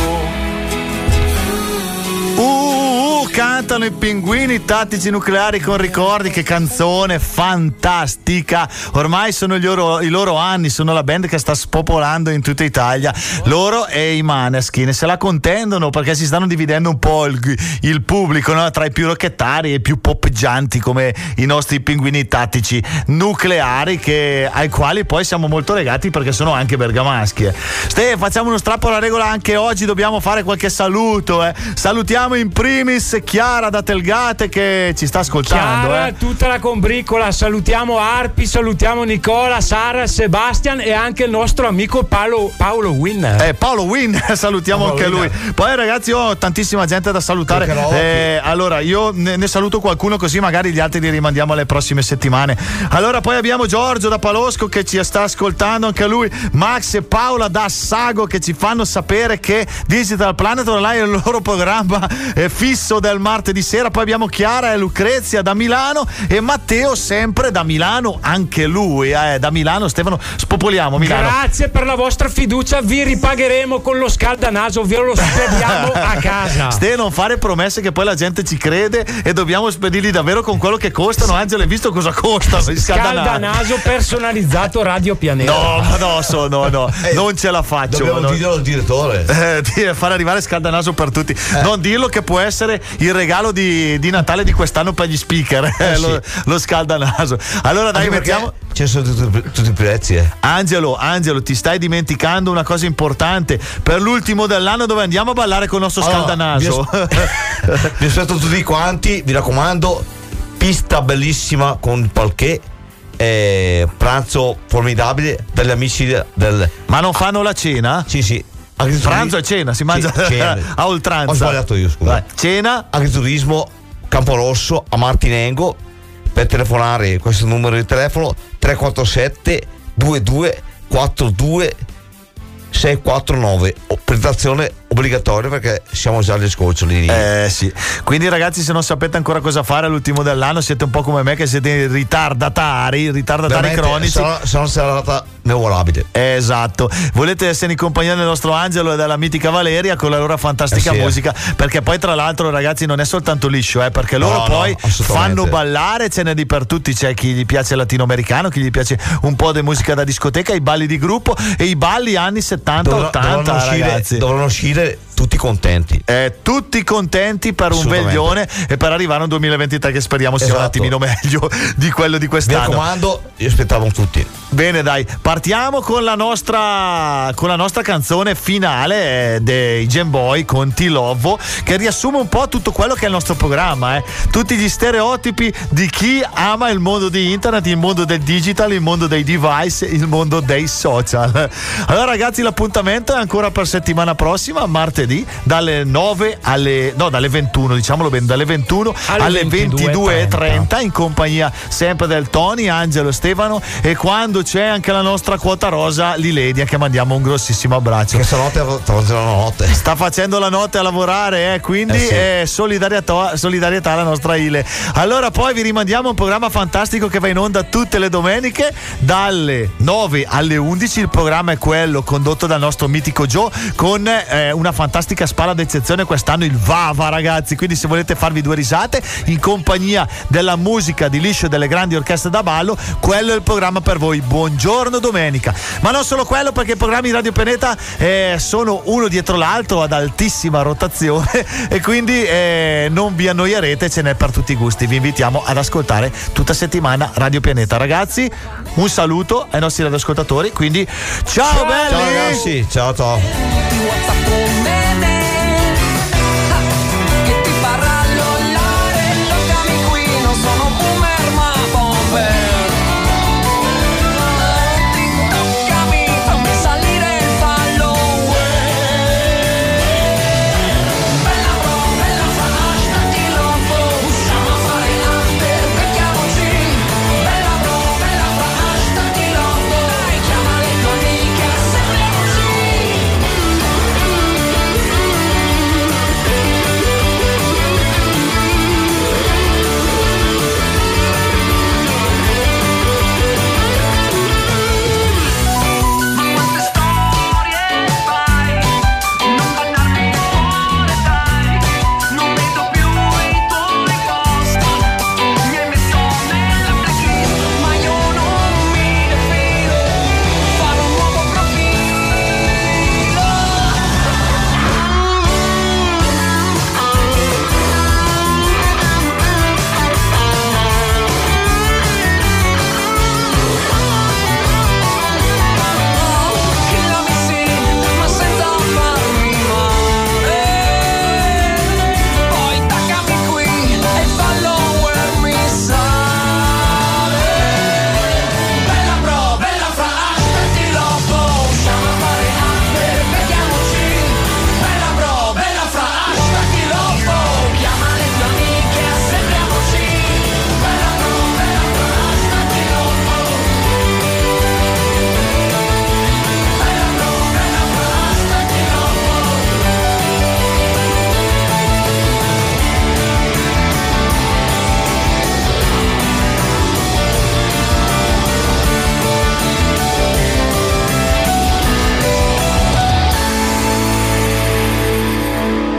Uh, uh, cantano i Pinguini Tattici Nucleari con Ricordi, che canzone fantastica. Ormai sono gli loro, i loro anni, sono la band che sta spopolando in tutta Italia. Loro e i Maneskin se la contendono perché si stanno dividendo un po' il, il pubblico, no? Tra i più rocchettari e i più poppeggianti come i nostri Pinguini Tattici Nucleari, che, ai quali poi siamo molto legati perché sono anche bergamaschi. Ste, facciamo uno strappo alla regola anche oggi, dobbiamo fare qualche saluto, eh. Salutiamo in primis Chiara da Telgate che ci sta ascoltando. Chiara, eh. tutta la combricola, salutiamo Arpi, salutiamo Nicola, Sara, Sebastian e anche il nostro amico Paolo, Paolo Win. Eh, Paolo Win, salutiamo Paolo anche Win. Lui. Poi ragazzi, ho tantissima gente da salutare. Eh, allora, io ne, ne saluto qualcuno così magari gli altri li rimandiamo alle prossime settimane. Allora, poi abbiamo Giorgio da Palosco che ci sta ascoltando anche lui, Max e Paola da Sago che ci fanno sapere che Digital Planet ormai è il loro programma eh, fisso del martedì sera. Poi abbiamo Chiara e Lucrezia da Milano e Matteo sempre da Milano, anche lui eh, da Milano. Stefano, spopoliamo Milano. Grazie per la vostra fiducia, vi ripagheremo con lo scaldanaso, ve lo spediamo a casa. Ste, non fare promesse che poi la gente ci crede e dobbiamo spedirli davvero con quello che costano. Angelo, hai visto cosa costa? Scaldanaso personalizzato Radio Pianeta. No, ma no, so, no, no, eh, non ce la faccio. Dobbiamo no. dirlo al direttore. Eh, fare arrivare scaldanaso per tutti. Eh. Non dirlo che può essere il regalo di, di Natale di quest'anno per gli speaker. Eh, sì. lo, lo scaldanaso. Allora dai, anche mettiamo. Ci sono tutti, tutti i prezzi. Eh. Angelo, Angelo, ti stai dimenticando una cosa importante. Per l'ultimo dell'anno dove andiamo a ballare con il nostro allora, scaldanaso. Vi, as- vi aspetto tutti quanti, mi raccomando. Pista bellissima con palquet. Eh, pranzo formidabile dagli amici del. Ma non fanno la cena? Sì, sì. Pranzo e cena, si mangia sì, cena. A oltranza. Ho sbagliato io, scusa. Vai. Cena. Agriturismo Camporosso a Martinengo. Per telefonare questo numero di telefono tre quattro sette due due quattro due sei quattro nove. Prestazione obbligatoria perché siamo già agli scorcioli. Eh sì. Quindi ragazzi, se non sapete ancora cosa fare all'ultimo dell'anno, siete un po' come me che siete ritardatari, ritardatari veramente cronici. Sarà, sarà una serata memorabile. Esatto. Volete essere in compagnia del nostro Angelo e della mitica Valeria con la loro fantastica eh sì, musica, eh. perché poi tra l'altro ragazzi non è soltanto liscio, eh, perché loro no, poi no, fanno ballare, ce n'è di per tutti, c'è chi gli piace il latinoamericano, chi gli piace un po' di musica da discoteca, i balli di gruppo e i balli anni settanta ottanta ragazzi. Dovranno uscire tutti contenti. Eh, tutti contenti per un veglione e per arrivare a un duemilaventitré che speriamo sia esatto. un attimino meglio di quello di quest'anno. Mi raccomando, io aspettavo tutti. Bene, dai, partiamo con la nostra con la nostra canzone finale eh, dei Gem Boy con T-Lovo, che riassume un po' tutto quello che è il nostro programma, eh. tutti gli stereotipi di chi ama il mondo di internet, il mondo del digital, il mondo dei device, il mondo dei social. Allora ragazzi, l'appuntamento è ancora per settimana prossima, martedì dalle nove alle no dalle ventuno, diciamolo bene, dalle ventuno alle, alle ventidue e trenta in compagnia sempre del Tony, Angelo e Stefano, e quando c'è anche la nostra quota rosa Liledia, che mandiamo un grossissimo abbraccio. Che stanotte sta facendo la notte. Sta facendo la notte a lavorare, eh, quindi eh sì. eh, solidarietà, solidarietà alla nostra Ile. Allora poi vi rimandiamo un programma fantastico che va in onda tutte le domeniche dalle nove alle undici. Il programma è quello condotto dal nostro mitico Joe con eh, una fantastica spalla d'eccezione quest'anno, il Vava ragazzi, quindi se volete farvi due risate in compagnia della musica di liscio e delle grandi orchestre da ballo, quello è il programma per voi. Buongiorno domenica. Ma non solo quello, perché i programmi di Radio Pianeta eh, sono uno dietro l'altro ad altissima rotazione e quindi eh, non vi annoierete, ce n'è per tutti i gusti. Vi invitiamo ad ascoltare tutta settimana Radio Pianeta. Ragazzi, un saluto ai nostri radioascoltatori, quindi ciao, ciao belli. Ciao ragazzi, ciao ciao.